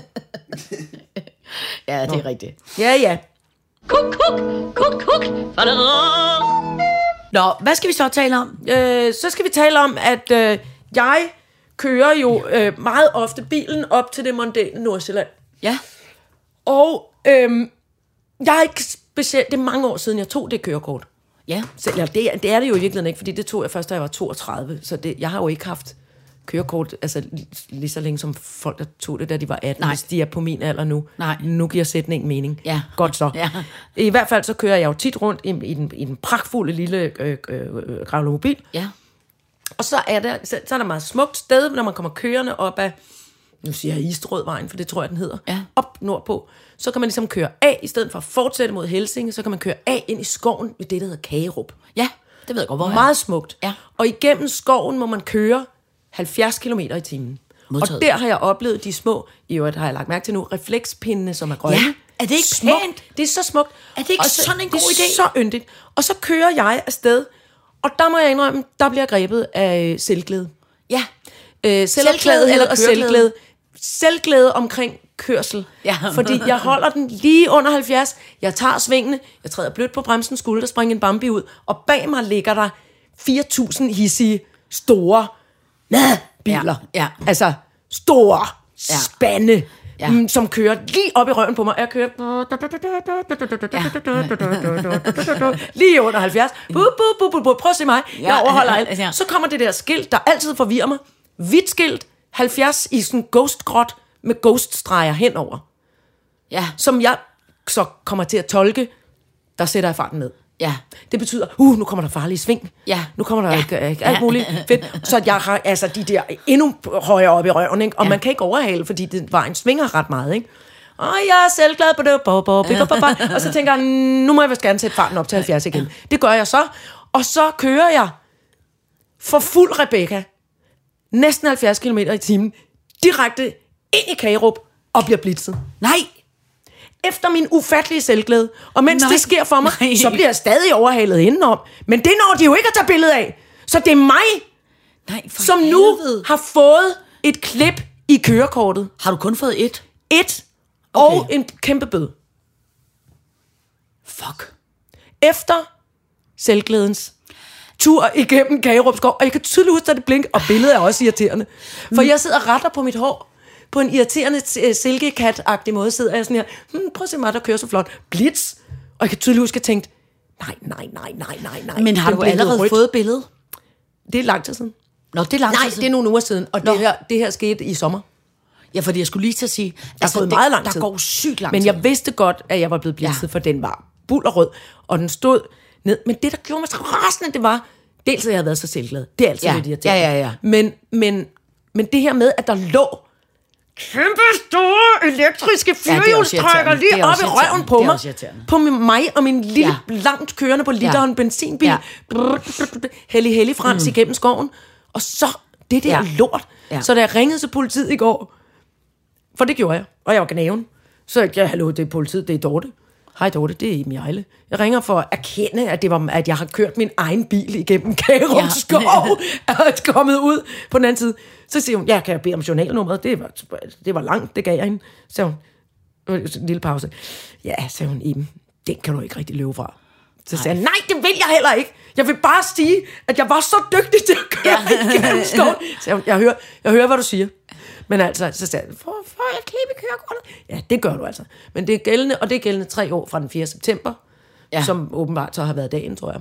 Ja, det Nå. er rigtigt. Ja, ja. Kuk, kuk, kuk, kuk. Nå, hvad skal vi så tale om? Øh, så skal vi tale om, at øh, jeg kører jo øh, meget ofte bilen op til det mondæne Nordsjælland. Ja. Og øh, jeg er ikke specielt... Det er mange år siden, jeg tog det kørekort. Ja. Så, ja, det, det er det jo i virkeligheden ikke, fordi det tog jeg først, da jeg var toogtredive. Så det, jeg har jo ikke haft kørekort altså, lige, lige så længe som folk, der tog det, da de var atten. Nej. Hvis de er på min alder nu. Nej. Nu giver sætningen mening. Ja. Godt så. Ja. I hvert fald så kører jeg jo tit rundt i, i, den, i den pragtfulde lille øh, øh, gravlemobil. Ja. Og så er, der, så, så er der meget smukt sted, når man kommer kørende op ad, nu siger jeg Isterødvejen, for det tror jeg, den hedder, ja. op nordpå. Så kan man ligesom køre af, i stedet for at fortsætte mod Helsinge, så kan man køre af ind i skoven ved det, der hedder Kagerup. Ja, det ved jeg godt, hvor meget smukt. Ja. Og igennem skoven må man køre halvfjerds kilometer i timen. Modtaget. Og der har jeg oplevet de små, i øvrigt har jeg lagt mærke til nu, reflekspindene, som er grønne. Ja, er det ikke smukt. pænt? Det er så smukt. Er det ikke og så, sådan en god idé? Det er så yndigt. Og så kører jeg afsted, og der må jeg indrømme, der bliver grebet af selvglæde. Ja. Øh, selvglæde eller selvglæde. Selvglæde omkring kørsel. Ja. Fordi jeg holder den lige under halvfjerds, jeg tager svingene, jeg træder blødt på bremsen, skulle der springe en Bambi ud, og bag mig ligger der fire tusind hissige, store biler. Ja. Ja. Altså store ja. spande, ja. mm, som kører lige op i røven på mig. Jeg kører ja. lige under halvfjerds. Bu, bu, bu, bu, bu. Prøv at se mig. Jeg overholder alt. Ja. Så kommer det der skilt, der altid forvirrer mig. Hvidt skilt, halvfjerds i sådan ghost-gråt med ghost-streger henover. Ja. Som jeg så kommer til at tolke, der sætter jeg farten ned. Ja. Det betyder, uh, nu kommer der farlige sving. Ja. Nu kommer der ja. ikke, ikke alt muligt fedt. Så jeg har altså de der endnu højere op i røven, ikke? Og ja. man kan ikke overhale, fordi det vejen svinger ret meget, ikke? Og jeg er selvglad på det. Bo, bo, bo, bo, bo. Og så tænker jeg, nu må jeg vist gerne sætte farten op til halvfjerds igen. Det gør jeg så. Og så kører jeg for fuld Rebecca, næsten halvfjerds kilometer i timen, direkte ind i Kagerup og bliver blitzet. Nej! Efter min ufattelige selvglæde. Og mens Nej. det sker for mig, Nej. så bliver jeg stadig overhalet indenom. Men det når de jo ikke at tage billede af. Så det er mig, Nej, som nu helvede. har fået et klip i kørekortet. Har du kun fået et? Et. Okay. Og en kæmpe bøde. Fuck. Efter selvglædens tur igennem Kagerup skov. Og jeg kan tydeligt huske, at det blink, og billedet er også irriterende. For jeg sidder og retter på mit hår. På en irriterende silkekat-agtig måde sidder jeg sådan her. Hmm, prøv at se mig, der kører så flot. Blitz. Og jeg kan tydeligt huske, at jeg tænkte, nej, nej, nej, nej, nej, nej. Men har Den du allerede rødt. fået billedet? Det er lang tid siden. Nå, det er lang tid Nej, siden. det er nogle uger siden. Og Nå. det her, det her skete i sommer. Ja, fordi jeg skulle lige til at sige, Der altså, det, meget lang tid. Der går sygt lang Men tid. jeg vidste godt, at jeg var blevet blitzet, ja. For den var bullerrød, og den stod ned. Men det, der gjorde mig så rasende, det var, dels at jeg havde været så selvglad. Det er altid ja. lidt irriterende. Ja, ja, ja. Men, men, men det her med, at der lå kæmpe store elektriske fyrhjulstrækker ja, lige op i røven på mig. På mig og min lille, ja. langt kørende på literen ja. benzinbil. Ja. Hellig, hellig frans mm. igennem skoven. Og så det der ja. lort. Ja. Så da jeg ringede til politiet i går, for det gjorde jeg, og jeg var gnaven, så jeg, hallo, det er politiet, det er Dorte. Hej Dorte, det er Iben Hjejle. Jeg ringer for at erkende, at, det var, at jeg har kørt min egen bil igennem Kagerup Ja. skov, og er kommet ud på den anden side. Så siger hun, ja, kan jeg bede om journalnummeret? Det var, det var langt, det gav jeg hende. Så hun, en lille pause. Ja, sagde hun, Iben, den kan du ikke rigtig løbe fra. Så sagde jeg, nej, det vil jeg heller ikke. Jeg vil bare sige, at jeg var så dygtig til at køre ja. igennem skoven. Så jeg, jeg, hører, jeg hører, hvad du siger. Men altså, så sagde jeg, får, får jeg klip i kørekortet? Ja, det gør du altså. Men det er gældende, og det er gældende tre år fra den fjerde september, ja. som åbenbart så har været dagen, tror jeg.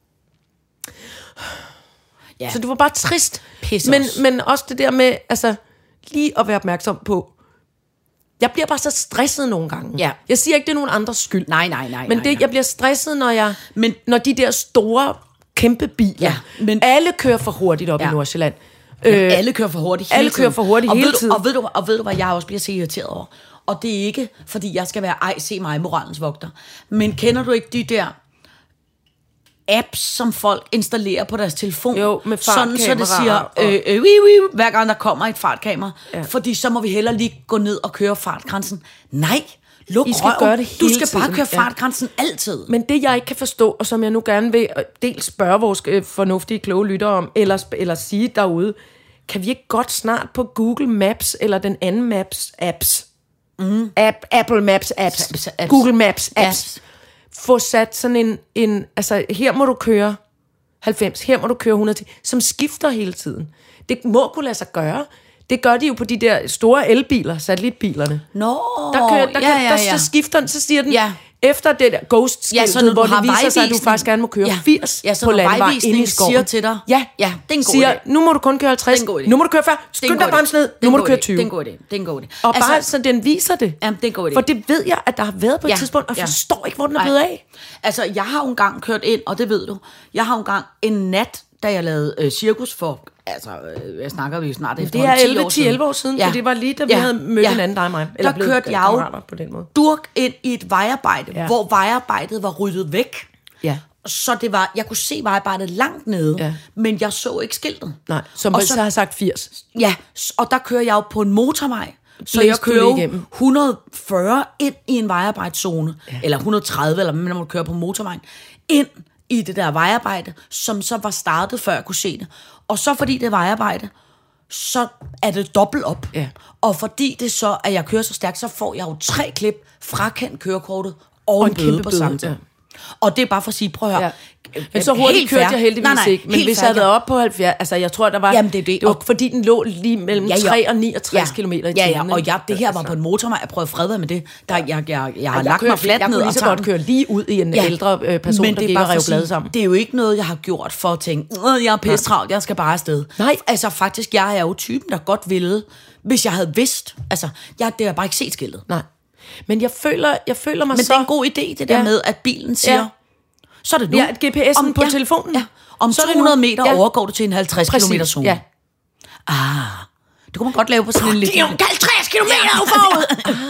Ja. Så det var bare trist. Men, men også det der med, altså, lige at være opmærksom på, jeg bliver bare så stresset nogle gange. Ja. Jeg siger ikke, det er nogen andres skyld. Nej, nej, nej. Men nej, det, nej. jeg bliver stresset, når, jeg, men, når de der store, kæmpe biler, ja, men, alle kører for hurtigt op ja. i Nordsjælland. Ja, øh, alle kører for hurtigt hele alle tiden. kører for hurtigt og hele ved tiden. Du, og, ved du, og ved du, hvad jeg også bliver så irriteret over? Og det er ikke, fordi jeg skal være ej, se mig, moralens vogter. Men kender du ikke de der apps, som folk installerer på deres telefon? Jo, med sådan, så det siger, og... øh, øh, wii, wii, hver gang der kommer et fartkamera. Ja. Fordi så må vi hellere lige gå ned og køre fartgrænsen. Nej, luk I skal røven. gøre det hele Du skal tiden. bare køre fartgrænsen ja. altid. Men det, jeg ikke kan forstå, og som jeg nu gerne vil dels spørge vores øh, fornuftige, kloge lyttere om, eller, eller sige derude, kan vi ikke godt snart på Google Maps, eller den anden Maps apps, mm. App, Apple Maps apps, apps, apps. Google Maps apps, apps, få sat sådan en, en, altså her må du køre halvfems, her må du køre hundrede ti, som skifter hele tiden. Det må kunne lade sig gøre. Det gør de jo på de der store elbiler, satellitbilerne. Nå, der kører, der, ja, ja, ja. der så skifter den, så siger den, ja. efter det der ghost-skiltet, ja, hvor det viser sig, at du faktisk gerne må køre ja. firs ja, så på landevej inde i skoven. Siger til dig, ja, ja, det er en god siger, idé. Nu må du kun køre halvtreds, nu må du køre fyrre, skynd dig bremse ned, nu må du køre tyve. Det er en god idé, det er en god idé. Og altså, bare så den viser det. Jamen, det er en god idé. For det ved jeg, at der har været på et ja, tidspunkt, og jeg ja. forstår ikke, hvor den er blevet af. Altså, jeg har jo engang kørt ind, og det ved du, jeg har jo engang en nat, da jeg lavede øh, cirkus for, altså, øh, jeg snakker vi snart efter det er elleve til elleve år siden, ja. for det var lige, da vi ja. havde mødt ja. hinanden, dig og mig. Eller der kørte jeg jo på den måde. durk ind i et vejarbejde, ja. hvor vejarbejdet var ryddet væk. Ja. Så det var, jeg kunne se vejarbejdet langt nede, ja. men jeg så ikke skiltet. Nej, som og så, så har sagt firs. Ja, og der kører jeg jo på en motorvej, så jeg kører et hundrede og fyrre ind i en vejarbejdzone, ja. eller et hundrede og tredive, eller man må køre på motorvejen, ind i det der vejarbejde, som så var startet, før jeg kunne se det. Og så fordi det er vejarbejde, så er det dobbelt op. Ja. Og fordi det så, at jeg kører så stærkt, så får jeg jo tre klip, frakendt kørekortet og, og en bøde på samme tid. Ja. Og det er bare for at sige, prøv at høre. Ja. Men så hurtigt kørte jeg heldigvis nej, nej, ikke. Men hvis jeg havde været op på halvfjerds, altså jeg tror, der var, jamen, det, det. det var fordi den lå lige mellem ja, ja. tre og niogtres ja. kilometer i ja, timen. Ja, og jeg, det her var på en motorvej, jeg prøvede at frede med det. Der, jeg, jeg, jeg, jeg har jeg lagt kører, mig fladt jeg ned kunne lige så godt køre lige ud i en ja. ældre øh, person, men der gik og rev blade sammen. Det er jo ikke noget, jeg har gjort for at tænke, jeg er pisse travlt, jeg skal bare afsted. Nej. Altså faktisk, jeg er jo typen, der godt ville, hvis jeg havde vidst. Altså, jeg, det har bare ikke set skiltet. Nej. Men jeg føler, jeg føler mig men så... Men det er en god idé, det der ja. med, at bilen siger... Ja. Så er det nu. Ja, G P S'en om, på ja, telefonen. Ja. Om så to hundrede meter ja. overgår du til en halvtreds kilometer zone. Ja. Ah, det kunne man godt lave på sådan en lille... Det er jo halvtreds kilometer forud!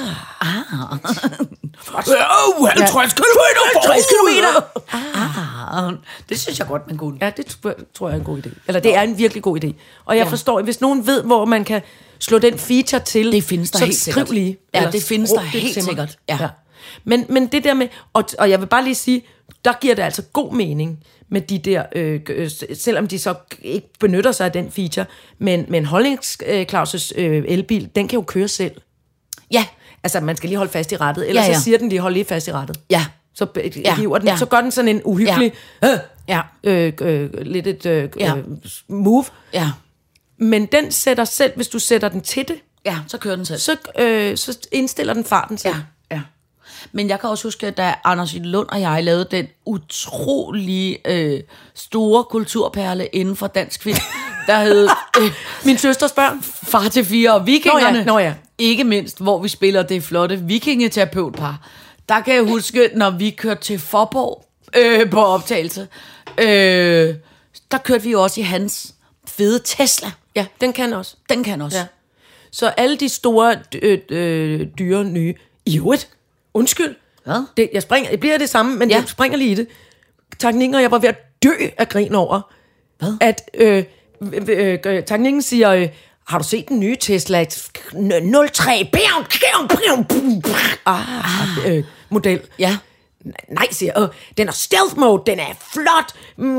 ah. halvtreds kilometer Ah. Det synes jeg godt, man kunne. Ja, det tror jeg er en god idé. Eller det er en virkelig god idé. Og jeg ja. forstår, hvis nogen ved, hvor man kan slå den feature til, det findes der så helt skriv sikkert. lige. Ja, det findes der helt sikkert. Ja. Ja. Men, men det der med, og, og jeg vil bare lige sige, der giver det altså god mening med de der, øh, øh, selvom de så ikke benytter sig af den feature, men, men holdningsklauses øh, elbil, den kan jo køre selv. Ja. Altså, man skal lige holde fast i rattet, ellers ja, ja. så siger den lige, hold lige fast i rattet. Ja. Så ja. hiver den, ja. så gør den sådan en uhyggelig, ja. Ja. Øh, øh, lidt et øh, ja. move. Ja. Men den sætter selv, hvis du sætter den til det, ja, så kører den selv. Så, øh, så indstiller den farten selv. Ja. Ja. Men jeg kan også huske, at da Anders Lund og jeg lavede den utrolig øh, store kulturperle inden for dansk film, der hed øh, Min søsters børn, Far til fire og Vikingerne. Nå ja, nå ja. Ikke mindst, hvor vi spiller det flotte vikingeterapeutpar. Der kan jeg huske, når vi kørte til Forborg øh, på optagelse, øh, der kørte vi jo også i hans fede Tesla. Ja, den kan også. Den kan også. Ja. Så alle de store øh, øh, dyre nye, i øvrigt, undskyld, hvad? Det, jeg, springer, jeg bliver det samme, men ja. jeg springer lige i det. Teknikken og jeg var ved at dø af grin over, hvad? At øh, øh, øh, teknikken siger, øh, har du set den nye Tesla nul tre ah, øh, model? Ja. Nej, siger jeg. Den er stealth mode, den er flot,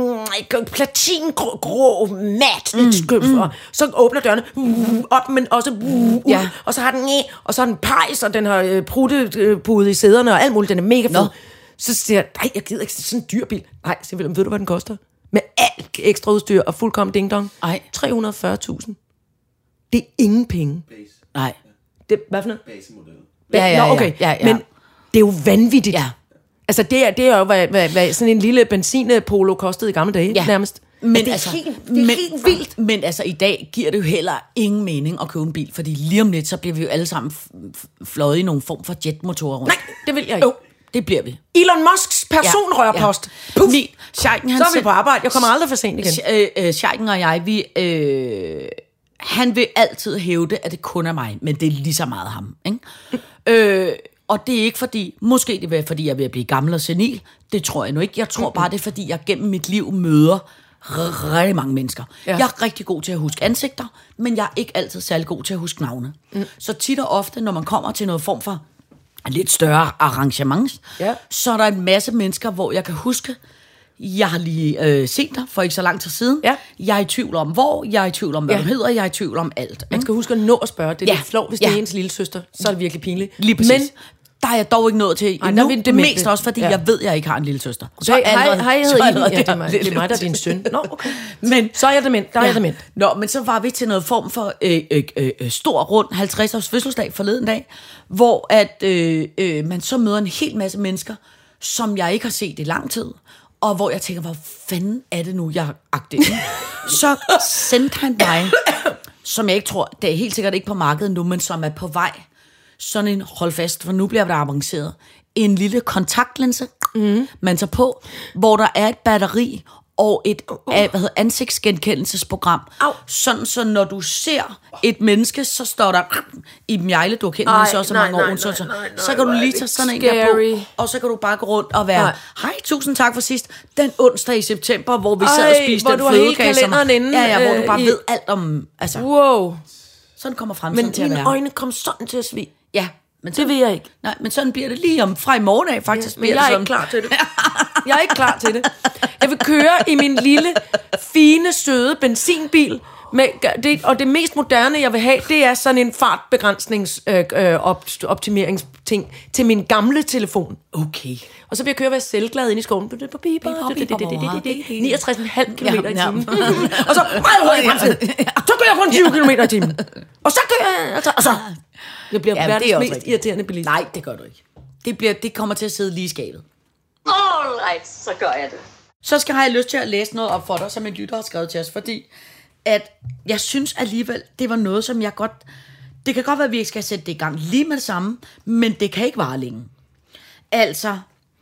mm, platingrå, grå, mat, mm, mm. Og så åbner dørene uh, op, men også uh, uh, ja. Og så har den øh, og så har den pejs, og den har øh, pruttepude i sæderne og alt muligt, den er mega fed. Så siger jeg, nej, jeg gider ikke sådan en dyr bil. Nej, siger William, ved du, hvad den koster? Med alt ekstra udstyr og fuldkommen ding-dong. Nej. tre hundrede og fyrre tusind. Det er ingen penge. Base. Nej. Det, hvad for noget? Base-model. Ja, ja, Nå, okay. ja, ja, ja. Men det er jo vanvittigt. Ja. Altså, det er, det er jo, hvad, hvad, hvad sådan en lille benzinpolo kostede i gamle dage, Ja. nærmest. Men det er, altså, helt, det er men, helt vildt. Men altså, i dag giver det jo heller ingen mening at købe en bil, fordi lige om lidt, så bliver vi jo alle sammen f- f- fløjet i nogle form for jetmotorer rundt. Nej, det vil jeg ikke. Jo, det bliver vi. Elon Musks personrørpost. Ja, ja. Min, Scheiken, han Så er vi selv- på arbejde. Jeg kommer aldrig for sent igen. Øh, øh, Scheiken og jeg, vi... Øh, han vil altid hævde, at det kun er mig, men det er lige så meget ham. Ikke? øh, og det er ikke fordi... Måske det er, fordi jeg er ved at blive gammel og senil. Det tror jeg nu ikke. Jeg tror bare, det er, fordi jeg gennem mit liv møder rigtig mange mennesker. Ja. Jeg er rigtig god til at huske ansigter, men jeg er ikke altid særlig god til at huske navne. Mm. Så tit og ofte, når man kommer til noget form for lidt større arrangement, Ja. så er der en masse mennesker, hvor jeg kan huske, jeg har lige øh, set dig for ikke så lang tid siden. Ja. Jeg er i tvivl om hvor, jeg er i tvivl om, hvad Ja. du hedder, jeg er i tvivl om alt. Man skal huske at nå at spørge. Det er Ja. lidt flot, hvis Ja. det er ens lille søster. Så er det virkelig pinligt. Lige præcis. Men der er jeg dog ikke nået til Ej, der endnu. er vi en demente. Mest også, fordi Ja. ja. jeg ved, at jeg ikke har en lille søster. Så hej, allerede- hej, jeg så hedder allerede Iben. Ja, det er der mig, lidt det er mig, der er lidt- din søn. Nå, okay. Men, Så er jeg dement. Der er jeg dement. Nå, men så var vi til noget form for øh, øh, øh, stor rund halvtreds års fødselsdag forleden dag, hvor at øh, øh, man så møder en hel masse mennesker, som jeg ikke har set i lang tid, og hvor jeg tænker, hvor fanden er det nu, jeg har agtet? Så sendte han mig, som jeg ikke tror, det er helt sikkert ikke på markedet nu, men som er på vej, sådan en, hold fast, for nu bliver det avanceret, en lille kontaktlinse, mm. man tager på, hvor der er et batteri og et uh, uh. hvad hedder, ansigtsgenkendelsesprogram. Au. Sådan, så når du ser et menneske, så står der i Mjejle, du har kendt hende så så nej, mange nej, år, så, nej, så, nej, nej, så kan hvor du er lige det tage sådan en der scary. på, og så kan du bare gå rundt og være, Nej. hej, tusind tak for sidst, den onsdag i september, hvor vi sad og Ej, spiste hvor den du har hele flødekage, som- kalenderen inde, ja, ja, hvor du øh, bare i- ved alt om, altså, Wow. sådan kommer fremtiden Men til at mine være. øjne kom sådan til at svige. Ja, men Det vil jeg ikke. Nej, men sådan bliver det lige om fra i morgen af, faktisk. Men bliver jeg det er sådan. ikke klar til det. Jeg er ikke klar til det. Jeg vil køre i min lille, fine, søde benzinbil. Med, det, og det mest moderne, jeg vil have, det er sådan en fartbegrænsnings øh, øh, op, optimeringsting til min gamle telefon. Okay. Og så vil jeg køre og være selvglad ind i skoven. niogtres komma fem kilometer i timen. Og så meget hurtigt fremtid. Så kører jeg kun tyve kilometer i timen. Og så kører jeg... Og så... Jeg bliver Ja, det verdens er også mest rigtigt. irriterende bilist. Nej, det gør du ikke. Det, bliver, det kommer til at sidde lige i skabet. Alright, så gør jeg det. Så skal jeg have lyst til at læse noget op for dig, som en lytter har skrevet til os, fordi at jeg synes alligevel, det var noget, som jeg godt... Det kan godt være, at vi ikke skal sætte det i gang lige med det samme, men det kan ikke vare længe. Altså,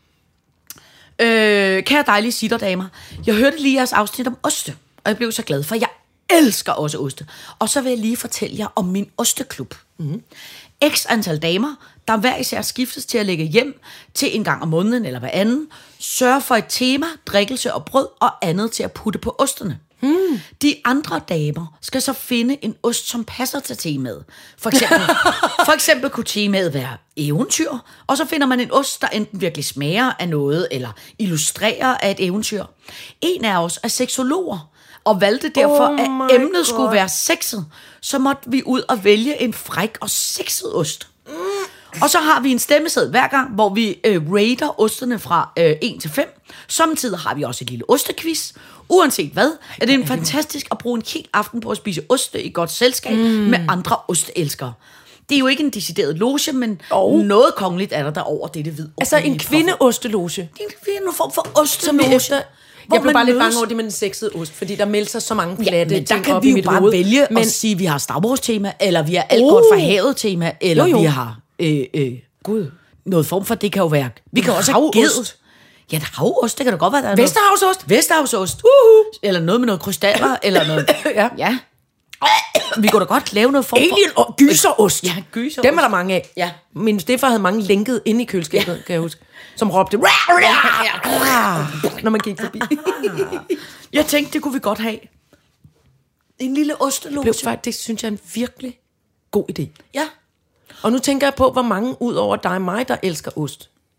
øh, kære dejlige sitterdamer, jeg hørte lige jeres afsnit om oste, og jeg blev så glad, for jeg elsker også oste. Og så vil jeg lige fortælle jer om min osteklub. Mm-hmm. X antal damer, der hver især skiftes til at lægge hjem til en gang om måneden eller hver anden, sørger for et tema, drikkelse og brød og andet til at putte på osterne. Hmm. De andre damer skal så finde en ost, som passer til temaet. For eksempel, for eksempel kunne temaet være eventyr, og så finder man en ost, der enten virkelig smager af noget, eller illustrerer af et eventyr. En af os er seksologer, og valgte derfor, Oh at my emnet God. skulle være sexet. Så måtte vi ud og vælge en fræk og sexet ost. Mm. Og så har vi en stemmeseddel hver gang, hvor vi øh, rater osterne fra øh, et til fem. Samtidig har vi også et lille ostequiz. Uanset hvad, er det en fantastisk at bruge en hel aften på at spise oste i godt selskab mm. med andre osteelskere. Det er jo ikke en decideret loge, men oh. noget kongeligt er der derover dette vid. Altså en kvindeosteloge. Det er en form for Som osteloge. vi efter... hvor Jeg blev man bare lidt mødes. bange over det med den sexede ost, fordi der melder sig så mange platte Ja, men der ting kan op vi i jo mit bare hoved. vælge Men at sige, at vi har Star Wars tema, eller vi har alt Oh. godt fra havet tema, eller Jo, jo. vi har øh, øh, Gud. noget form for, det kan jo være. Vi kan også have Havost. ged. Ja, det havost, det kan da godt være, der er Vesterhavsost. noget. Vesterhavsost. Uh-huh. Eller noget med noget krystaller, eller noget. Ja. Ja. Vi kunne da godt lave noget form for... Alien og gyserost. Ja, gyserost. Dem er der mange af. Ja. Min stefar havde mange lænket inde i køleskabet, ja. Kan jeg huske. Som råbte, rah, rah, når man gik forbi. Jeg tænkte, det kunne vi godt have. En lille osteloge. Blev faktisk, det synes jeg er en virkelig god idé. Ja. Og nu tænker jeg på, hvor mange ud over dig og mig, der elsker ost.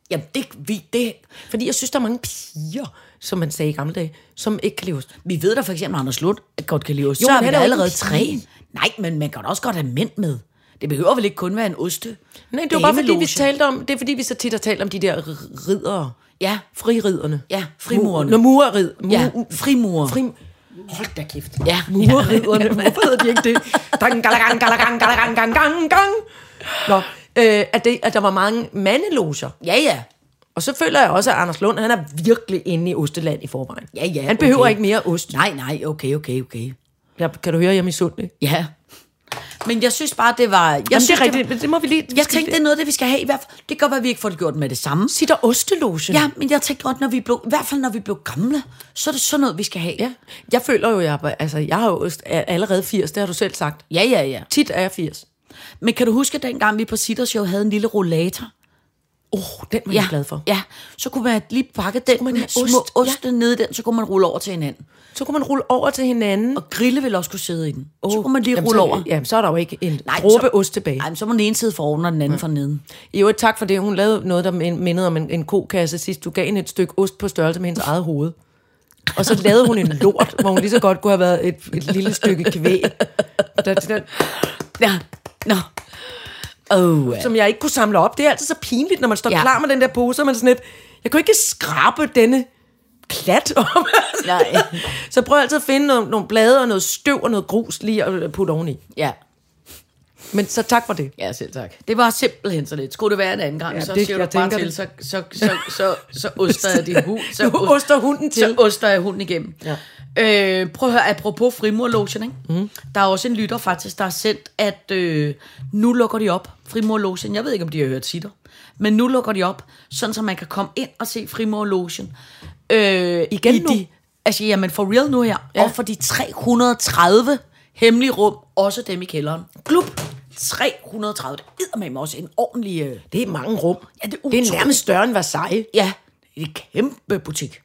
Jamen, det, vi, det... Fordi jeg synes, der er mange piger, som man sagde i gamle dage, som ikke kan lide ost. Vi ved da for eksempel, at Anders Lund godt kan lide ost. Jo, Så men har vi han da er jo allerede ikke en tre. pige. Nej, men man kan da også godt have mænd med. Det behøver vel ikke kun være en oste. Nej, det var bare fordi, vi dameloge. talte om, det er fordi, vi så tit har talt om de der r- riddere. Ja, Fririderne. ja, frimurerne. Nå, murrid. Mu- Ja, frimurer. Fri, hold da kæft. Ja, Murriderne. Hvorfor hedder de ikke det? Gang, gang, gang, gang, gang, gang, gang, gang. Nå, øh, at, det, at der var mange mandeloger. Ja, ja. Og så føler jeg også, at Anders Lund, han er virkelig inde i osteland i forvejen. Ja, ja, Han behøver okay. ikke mere ost. Nej, nej, okay, okay, okay. Jeg, kan du høre, jeg er misundelig? Ja. Men jeg synes bare, det var... Jeg Jamen, synes, det er rigtigt, men det må vi lige... vi Jeg skal- tænkte, det er noget, det vi skal have i hvert fald. Det kan godt være, at vi ikke får det gjort med det samme. Sitter ostelogen. Ja, men jeg tænkte godt, når vi blev, i hvert fald når vi blev gamle, så er det sådan noget, vi skal have. Ja. Jeg føler jo, jeg, altså, jeg har jo er allerede firs, det har du selv sagt. Ja, ja, ja. Tit er jeg firs. Men kan du huske, dengang vi på Sitter Show havde en lille rollator? Åh, oh, den var Ja, jeg glad for. Ja, så kunne man lige pakke den man med have små ost, oste nede i den, så kunne man rulle over til hinanden. Så kunne man rulle over til hinanden. Og grille ville også kunne sidde i den. Oh, så Åh, kunne man lige jamen, rulle så, over. Jamen, så er der jo ikke en Nej, dråbe så- ost tilbage. Nej, men så må den ene side for oven, og den anden fra neden. I øvrigt, tak for det. Hun lavede noget, der min- mindede om en, en kokasse sidst. Du gav hende et stykke ost på størrelse med hendes eget hoved. Og så lavede hun en lort, hvor hun lige så godt kunne have været et, et lille stykke kvæg. Der, der, Ja, nå. Oh, ja. som jeg ikke kunne samle op. Det er altid så pinligt, når man står Ja. ja. klar med den der pose, og man er sådan lidt, jeg kunne ikke skrabe denne klat om. Nej. Så prøv altid at finde nogle, nogle blade og noget støv og noget grus lige at putte oveni. Ja. Men så tak for det. Ja, selv tak. Det var simpelthen så lidt. Skulle det være en anden gang, Ja, så det- siger jeg du bare tænker til, det. så, så, så, så, så oster jeg din hund. Så, Du oster hunden til. Så oster jeg hunden igennem. Ja. Øh, prøv at høre, apropos frimurlogen, ikke? Mm. Der er også en lytter faktisk, der har sendt, at øh, nu lukker de op, frimurlogen. Jeg ved ikke, om de har hørt Sitter, men nu lukker de op, sådan så man kan komme ind og se frimurlogen. Øh, Igen i nu? De, altså, jamen for real nu her. Ja. Og for de tre hundrede og tredive hemmelige rum, også dem i kælderen. Klub tre hundrede og tredive, det er med også en ordentlig... Øh, Det er mange rum. Ja, det er det er utroligt. nærmest større end Versailles. ja, det er en kæmpe butik.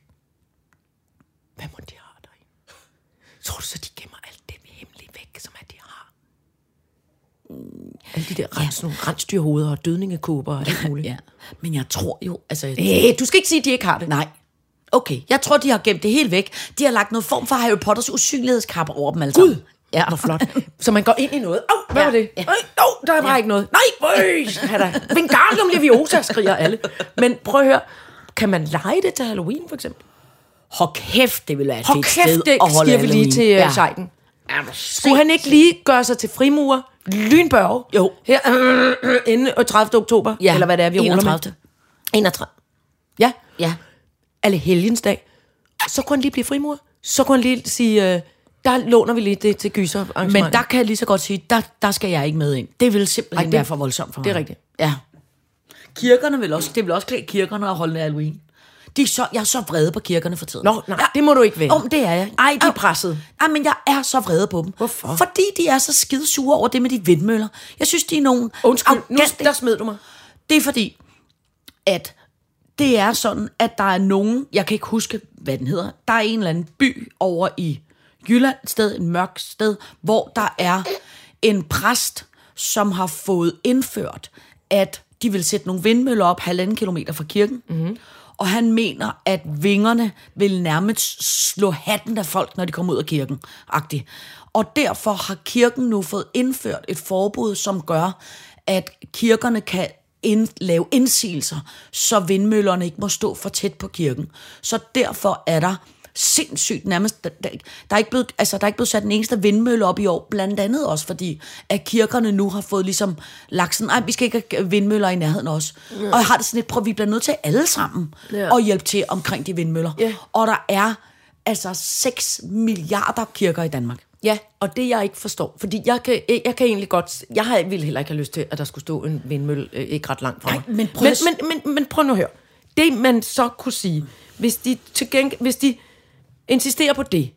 Hvad må de have derinde? Tror du så, de gemmer alt det hemmelige væk, som at de har? Alle de der rens, nogle rensdyrhoveder og dødningekåber og alt muligt. Ja, men jeg tror jo... Altså, Æh, du skal ikke sige, at de ikke har det. nej. Okay, jeg tror, de har gemt det helt væk. De har lagt noget form for Harry Potters usynlighedskapper over dem alle sammen. Gud, Ja. hvor flot. Så man går ind i noget. Åh, hvad Ja. var det? Ja. Øj, oh, der er bare Ja. ikke noget. Nej, øj, Wingardium Leviosa, skriger alle. Men prøv at høre, kan man lege det til Halloween, for eksempel? Hold kæft, det vil være et Hold fedt kæft, sted det at holde siger vi lige Halloween. til Ja. ja. Sejden. Skulle han ikke lige gøre sig til frimurer? Lynbørge? Jo. Her, øh, øh, inden tredivte oktober? Ja, Eller hvad det er, vi ruller med? enogtredivte enogtredivte Ja. Ja. Alle helgensdag. Så kunne han lige blive frimurer. Så kunne han lige sige, øh, der låner vi lige det til gyser. Men der kan jeg lige så godt sige, der, der skal jeg ikke med ind. Det vil simpelthen Ej, Ej, det- være for voldsomt for mig. det er rigtigt. Ja. Kirkerne vil også, det vil også klæde kirkerne at holde Halloween. De er så, jeg er så vrede på kirkerne for tiden. Nå, nej, det må du ikke være. Om det er jeg. Ej, de er Au. presset. Ej, men jeg er så vrede på dem. Hvorfor? Fordi de er så skide sure over det med de vindmøller. Jeg synes, de er nogle... Undskyld, nu, arrogante- der smed du mig. Det er fordi, at det er sådan, at der er nogen, jeg kan ikke huske, hvad den hedder, der er en eller anden by over i Jylland, et sted, en mørk sted, hvor der er en præst, som har fået indført, at de vil sætte nogle vindmøller op halvanden kilometer fra kirken, mm-hmm. og han mener, at vingerne vil nærmest slå hatten af folk, når de kommer ud af kirken, agtigt. Og derfor har kirken nu fået indført et forbud, som gør, at kirkerne kan ind, lave indsigelser, så vindmøllerne ikke må stå for tæt på kirken. Så derfor er der sindssygt nærmest, der, der, der, er ikke blevet, altså, der er ikke blevet sat den eneste vindmølle op i år, blandt andet også fordi, at kirkerne nu har fået ligesom lagt sådan, ej, vi skal ikke have vindmøller i nærheden også. Ja. Og jeg har det sådan lidt, prøv, vi bliver nødt til alle sammen Ja. at hjælpe til omkring de vindmøller. Ja. Og der er altså seks milliarder kirker i Danmark. Ja, og det jeg ikke forstår, fordi jeg kan, jeg kan egentlig godt, jeg har, ville heller ikke have lyst til, at der skulle stå en vindmølle øh, ikke ret langt fra mig. Nej, men prøv men, at- men, men, men prøv nu at høre. Det man så kunne sige, hvis de, til gengæld, hvis de insisterer på det,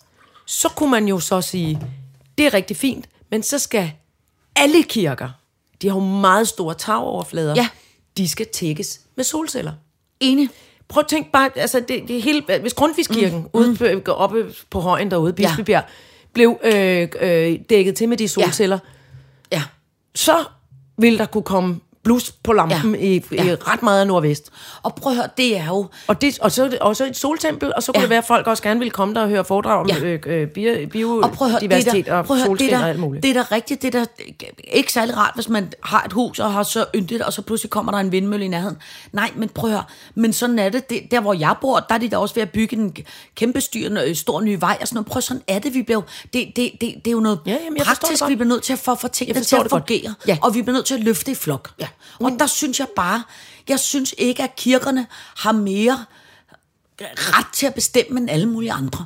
så kunne man jo så sige, det er rigtig fint, men så skal alle kirker, de har jo meget store tagoverflader, Ja. de skal tækkes med solceller. Enig. Prøv at tænke bare, altså det, det hele, hvis Grundtvigskirken mm. ude på, oppe på højen derude, Bispebjerg, ja. blev øh, øh, dækket til med de solceller, Ja. så vil der kunne komme blus på lampen ja. i, ja. i ret meget af nordvest. Og prøv at høre, det er jo... Og, det, og, så, og så et soltempel, og så kunne ja. det være, at folk også gerne ville komme der og høre foredrag om ja. øh, biodiversitet og, og solskin og alt muligt. Det er da rigtigt, det er da ikke særlig rart, hvis man har et hus og har så yndigt, og så pludselig kommer der en vindmølle i nærheden. Nej, men prøv at høre, men sådan er det. det der, hvor jeg bor, der er de da også ved at bygge en kæmpe styr, stor ny vej og sådan noget. Prøv, sådan er det, vi bliver... Det, det, det, det er jo noget ja, jamen, praktisk, vi bliver nødt til at få for tingene til at fungere. Ja. Og vi bliver nødt til at løfte i flok. Ja. Og der synes jeg bare, jeg synes ikke, at kirkerne har mere ret til at bestemme end alle mulige andre.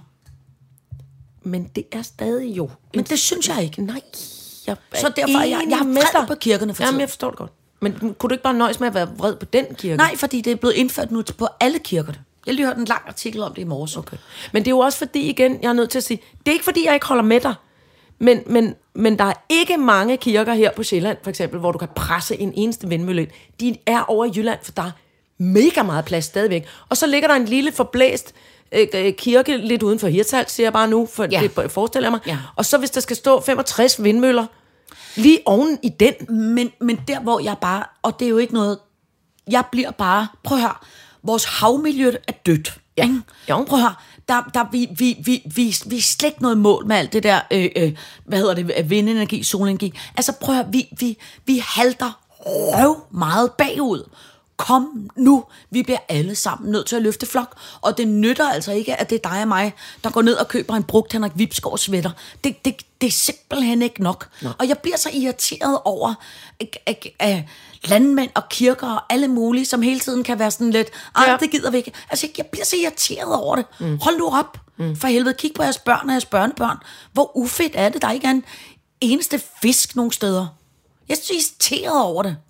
Men det er stadig jo. Men det synes jeg ikke. Nej. Jeg så derfor er jeg, jeg har vred på kirkerne for tiden. Jamen, jeg forstår det godt. Men kunne du ikke bare nøjes med at være vred på den kirke? Nej, fordi det er blevet indført nu på alle kirkerne. Jeg har lige hørt en lang artikel om det i morges. Okay. Men det er jo også fordi, igen, jeg er nødt til at sige, det er ikke fordi, jeg ikke holder med dig, men, men, men der er ikke mange kirker her på Sjælland, for eksempel, hvor du kan presse en eneste vindmølle ind. De er over i Jylland, for der er mega meget plads stadigvæk. Og så ligger der en lille forblæst øh, kirke lidt uden for Hirtshals, siger jeg bare nu, for ja. det forestiller jeg mig. Ja. Og så hvis der skal stå femogtres vindmøller lige oven i den. Men, men der, hvor jeg bare, og det er jo ikke noget, jeg bliver bare, prøv at høre, vores havmiljø er dødt. Ja. Jo. Prøv at høre, der, der, vi, vi, vi, vi, vi er slet ikke noget mål med alt det der, øh, øh, hvad hedder det, vindenergi, solenergi. Altså prøv at høre, vi, vi, vi halter røv meget bagud. Kom nu, vi bliver alle sammen nødt til at løfte flok. Og det nytter altså ikke, at det er dig og mig, der går ned og køber en brugt Henrik Vibsgaard sweater. Det, det, det er simpelthen ikke nok. Nå. Og jeg bliver så irriteret over at, at, at landmænd og kirker og alle mulige, som hele tiden kan være sådan lidt, ej, ja. det gider vi ikke. Altså, jeg bliver så irriteret over det. Mm. Hold nu op. Mm. For helvede, kig på jeres børn og jeres børnebørn. Hvor ufedt er det, der ikke er en eneste fisk nogen steder. Jeg er så irriteret over det.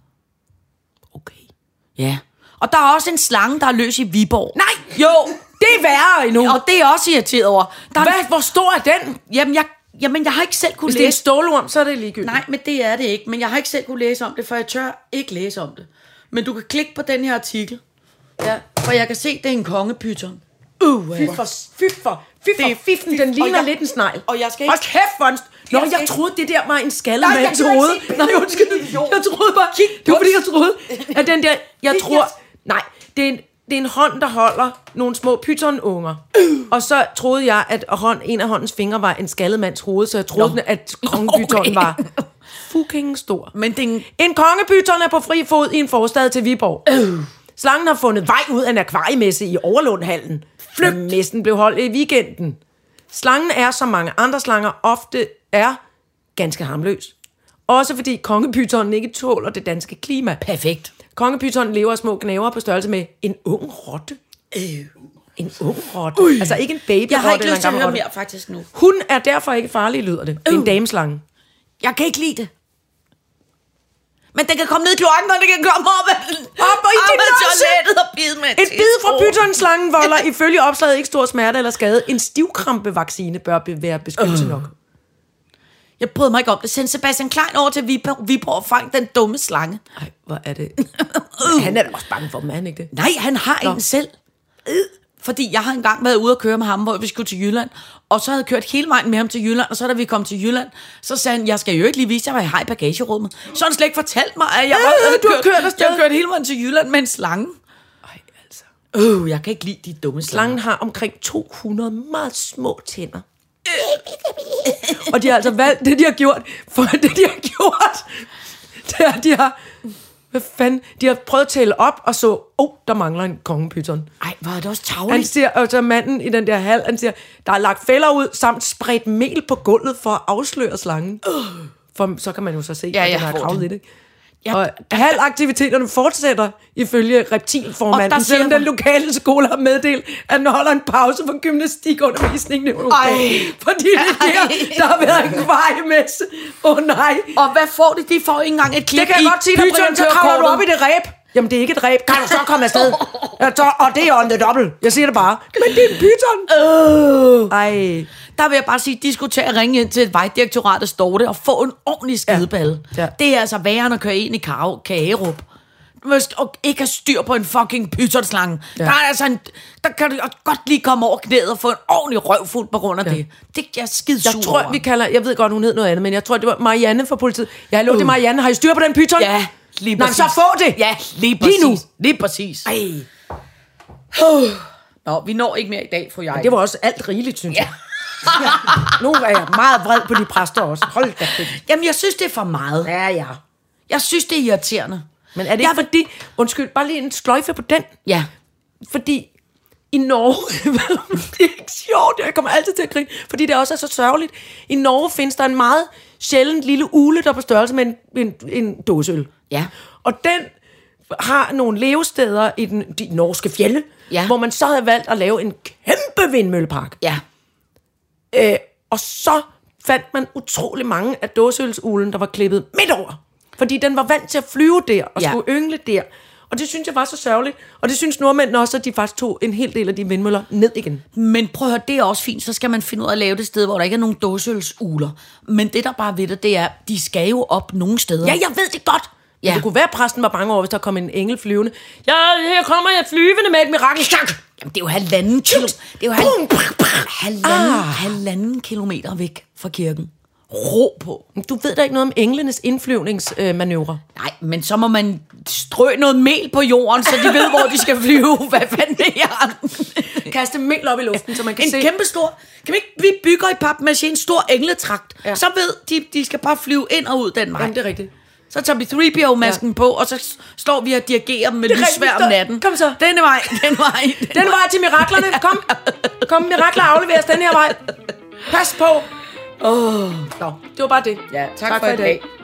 Okay. Ja. Og der er også en slange, der er løs i Viborg. Nej! Jo, det er værre endnu. Og det er også irriteret over. Der Hvad? Er... Hvor stor er den? Jamen, jeg, jamen, jeg har ikke selv kunne læse... Hvis det er en stålorm, så er det ligegyldigt. Nej, men det er det ikke. Men jeg har ikke selv kunne læse om det, for jeg tør ikke læse om det. Men du kan klikke på den her artikel. Ja, for jeg kan se, det er en kongepyton. Uh, fy for, fy for, fy for, fiften, den ligner jeg, lidt en snegl. Og jeg skal ikke... Hold kæft for en... Nå, jeg, jeg troede, det der var en skallemands hoved. Nej, undskyld. Jeg troede bare... Det var fordi, jeg troede, at den der... Jeg tror... Nej, det er en, det er en hånd, der holder nogle små pytonunger. Og så troede jeg, at hånd, en af håndens fingre var en skaldet mands hoved, så jeg troede, Nå. at kongepytonen var fucking stor. Men det er en... en kongepyton er på fri fod i en forstad til Viborg. Øh. Slangen har fundet vej ud af en akvariemesse i Overlundhallen. Flygt. Messen blev holdt i weekenden. Slangen er, som mange andre slanger ofte er, ganske harmløs. Også fordi kongepytonen ikke tåler det danske klima. Perfekt. Kongepytonen lever af små gnæver på størrelse med en ung rotte. Øh. En ung rotte. Ui. Altså ikke en babyrotte. Jeg har ikke lyst til at høre rotte. mere faktisk nu. Hun er derfor ikke farlig, lyder det. Det er en dameslange. Jeg kan ikke lide det. Men den kan komme ned i kloakken, og den kan komme op ad op og i op toilettet og bide med et bid fra pytonslangen volder ifølge opslaget ikke stor smerte eller skade. En stivkrampevaccine bør være beskyttelse nok. Jeg bryder mig ikke om det. Send Sebastian Klein over til Viborg, Viborg og fang den dumme slange. Ej, hvor er det... Han er da også bange for dem, er han ikke det? Nej, han har Nå. en selv. Fordi jeg har engang været ude at køre med ham, hvor vi skulle til Jylland, og så havde jeg kørt hele vejen med ham til Jylland, og så da vi kom til Jylland, så sagde han, jeg skal jo ikke lige vise, at jeg var i bagagerummet. Så han slet ikke fortalt mig, at jeg var øh, du har kørt, kørt jeg har kørt hele vejen til Jylland med en slange. Ej, altså. Øh, jeg kan ikke lide de dumme slanger. Slangen har omkring to hundrede meget små tænder. Og de har altså valgt det, de har gjort, for det, de har gjort, det er, de har... Hvad fanden? De har prøvet at tælle op, og så, åh, oh, der mangler en kongepyton. Ej, hvor er det også tavligt. Han siger, og så manden i den der hal, han siger, der er lagt fælder ud, samt spredt mel på gulvet for at afsløre slangen. Uh. For så kan man jo så se, ja, at den har kravlet i det. Ja. Og halaktiviteterne fortsætter ifølge reptilformanden, selvom den lokale skole har meddelt, at den holder en pause for gymnastikundervisningen i lokalen. Fordi det der, der har været en kvejmesse. Åh oh, nej. Og hvad får de? De får ikke engang et klip i. Det kan jeg godt sige dig, Brian, så kravler du op i det ræb. Jamen, det er ikke et ræb. Kan du så komme afsted? Og det er on the double. Jeg siger det bare. Men det er en pyton. Øh. Ej. Der vil jeg bare sige, de skulle tage at ringe ind til et vejdirektorat, der står det, og få en ordentlig skideballe. Ja. Ja. Det er altså værre end at køre ind i Kagerup. Og ikke have styr på en fucking pytonslange. Ja. Der er altså en, der kan du godt lige komme over knæet og få en ordentlig røvfuld på grund af ja. det. Det er skide sur. Jeg tror, vi kalder, jeg ved godt, hun hed noget andet, men jeg tror, det var Marianne fra politiet. Jeg har lovet uh. det, Marianne. Har I styr på den pyton? Ja. Lige Nej, præcis. så få det! Ja, lige præcis. Lige nu. Lige præcis. Ej, Uh. Nå, vi når ikke mere i dag, for jeg. det var også alt rigeligt, synes jeg. Nu er jeg meget vred på de præster også. Hold da kæft. Jamen, jeg synes, det er for meget. Ja, ja. Jeg synes, det er irriterende. Men er det ikke Jeg- fordi... Undskyld, bare lige en sløjfe på den. Ja. Fordi i Norge... det er ikke sjovt, jeg kommer altid til at grine. Fordi det også er så sørgeligt. I Norge findes der en meget sjældent lille ule, der er på størrelse med en, en, en dåseøl. Ja. Og den har nogle levesteder i den, de norske fjelde, Ja. hvor man så havde valgt at lave en kæmpe vindmøllepark. Ja. Øh, og så fandt man utrolig mange af dåseølsulen, der var klippet midt over. Fordi den var vant til at flyve der, og Ja. skulle yngle der. Og det synes jeg var så sørgeligt. Og det synes nordmændene også, at de faktisk tog en hel del af de vindmøller ned igen. Men prøv at høre, det er også fint. Så skal man finde ud af at lave det sted, hvor der ikke er nogen dåseølsuler. Men det, der bare ved det, det er, de skal jo op nogle steder. Ja, jeg ved det godt. Ja. Ja. Det kunne være, at præsten var bange over, hvis der kom en engel flyvende. Ja, her kommer jeg flyvende med et mirakel. Jamen, det er jo halvanden kilo. Det er jo halv, halvanden, ah. halvanden kilometer væk fra kirken. Ro på. Du ved da ikke noget om englenes indflyvningsmanøvre. Nej, men så må man strø noget mel på jorden, så de ved, hvor de skal flyve. Hvad fanden er jeg? Kaste mel op i luften, så man kan En se... kæmpe stor... Kan vi ikke... Vi bygger i papmaché en stor engletrakt. Ja. Ja. Så ved de, de skal bare flyve ind og ud den vej. Jamen, det er rigtigt. Så tager vi three P O-masken ja. på, og så s- står vi og dirigerer dem med Det er lyssvær rigtigt. om natten. Kom så. Denne vej, den vej. Den, Den vej til miraklerne. Kom. Kom, mirakler afleveres den her vej. Pas på. Åh. Oh. Nå, det var bare det. Ja, tak, tak for, for i dag. dag.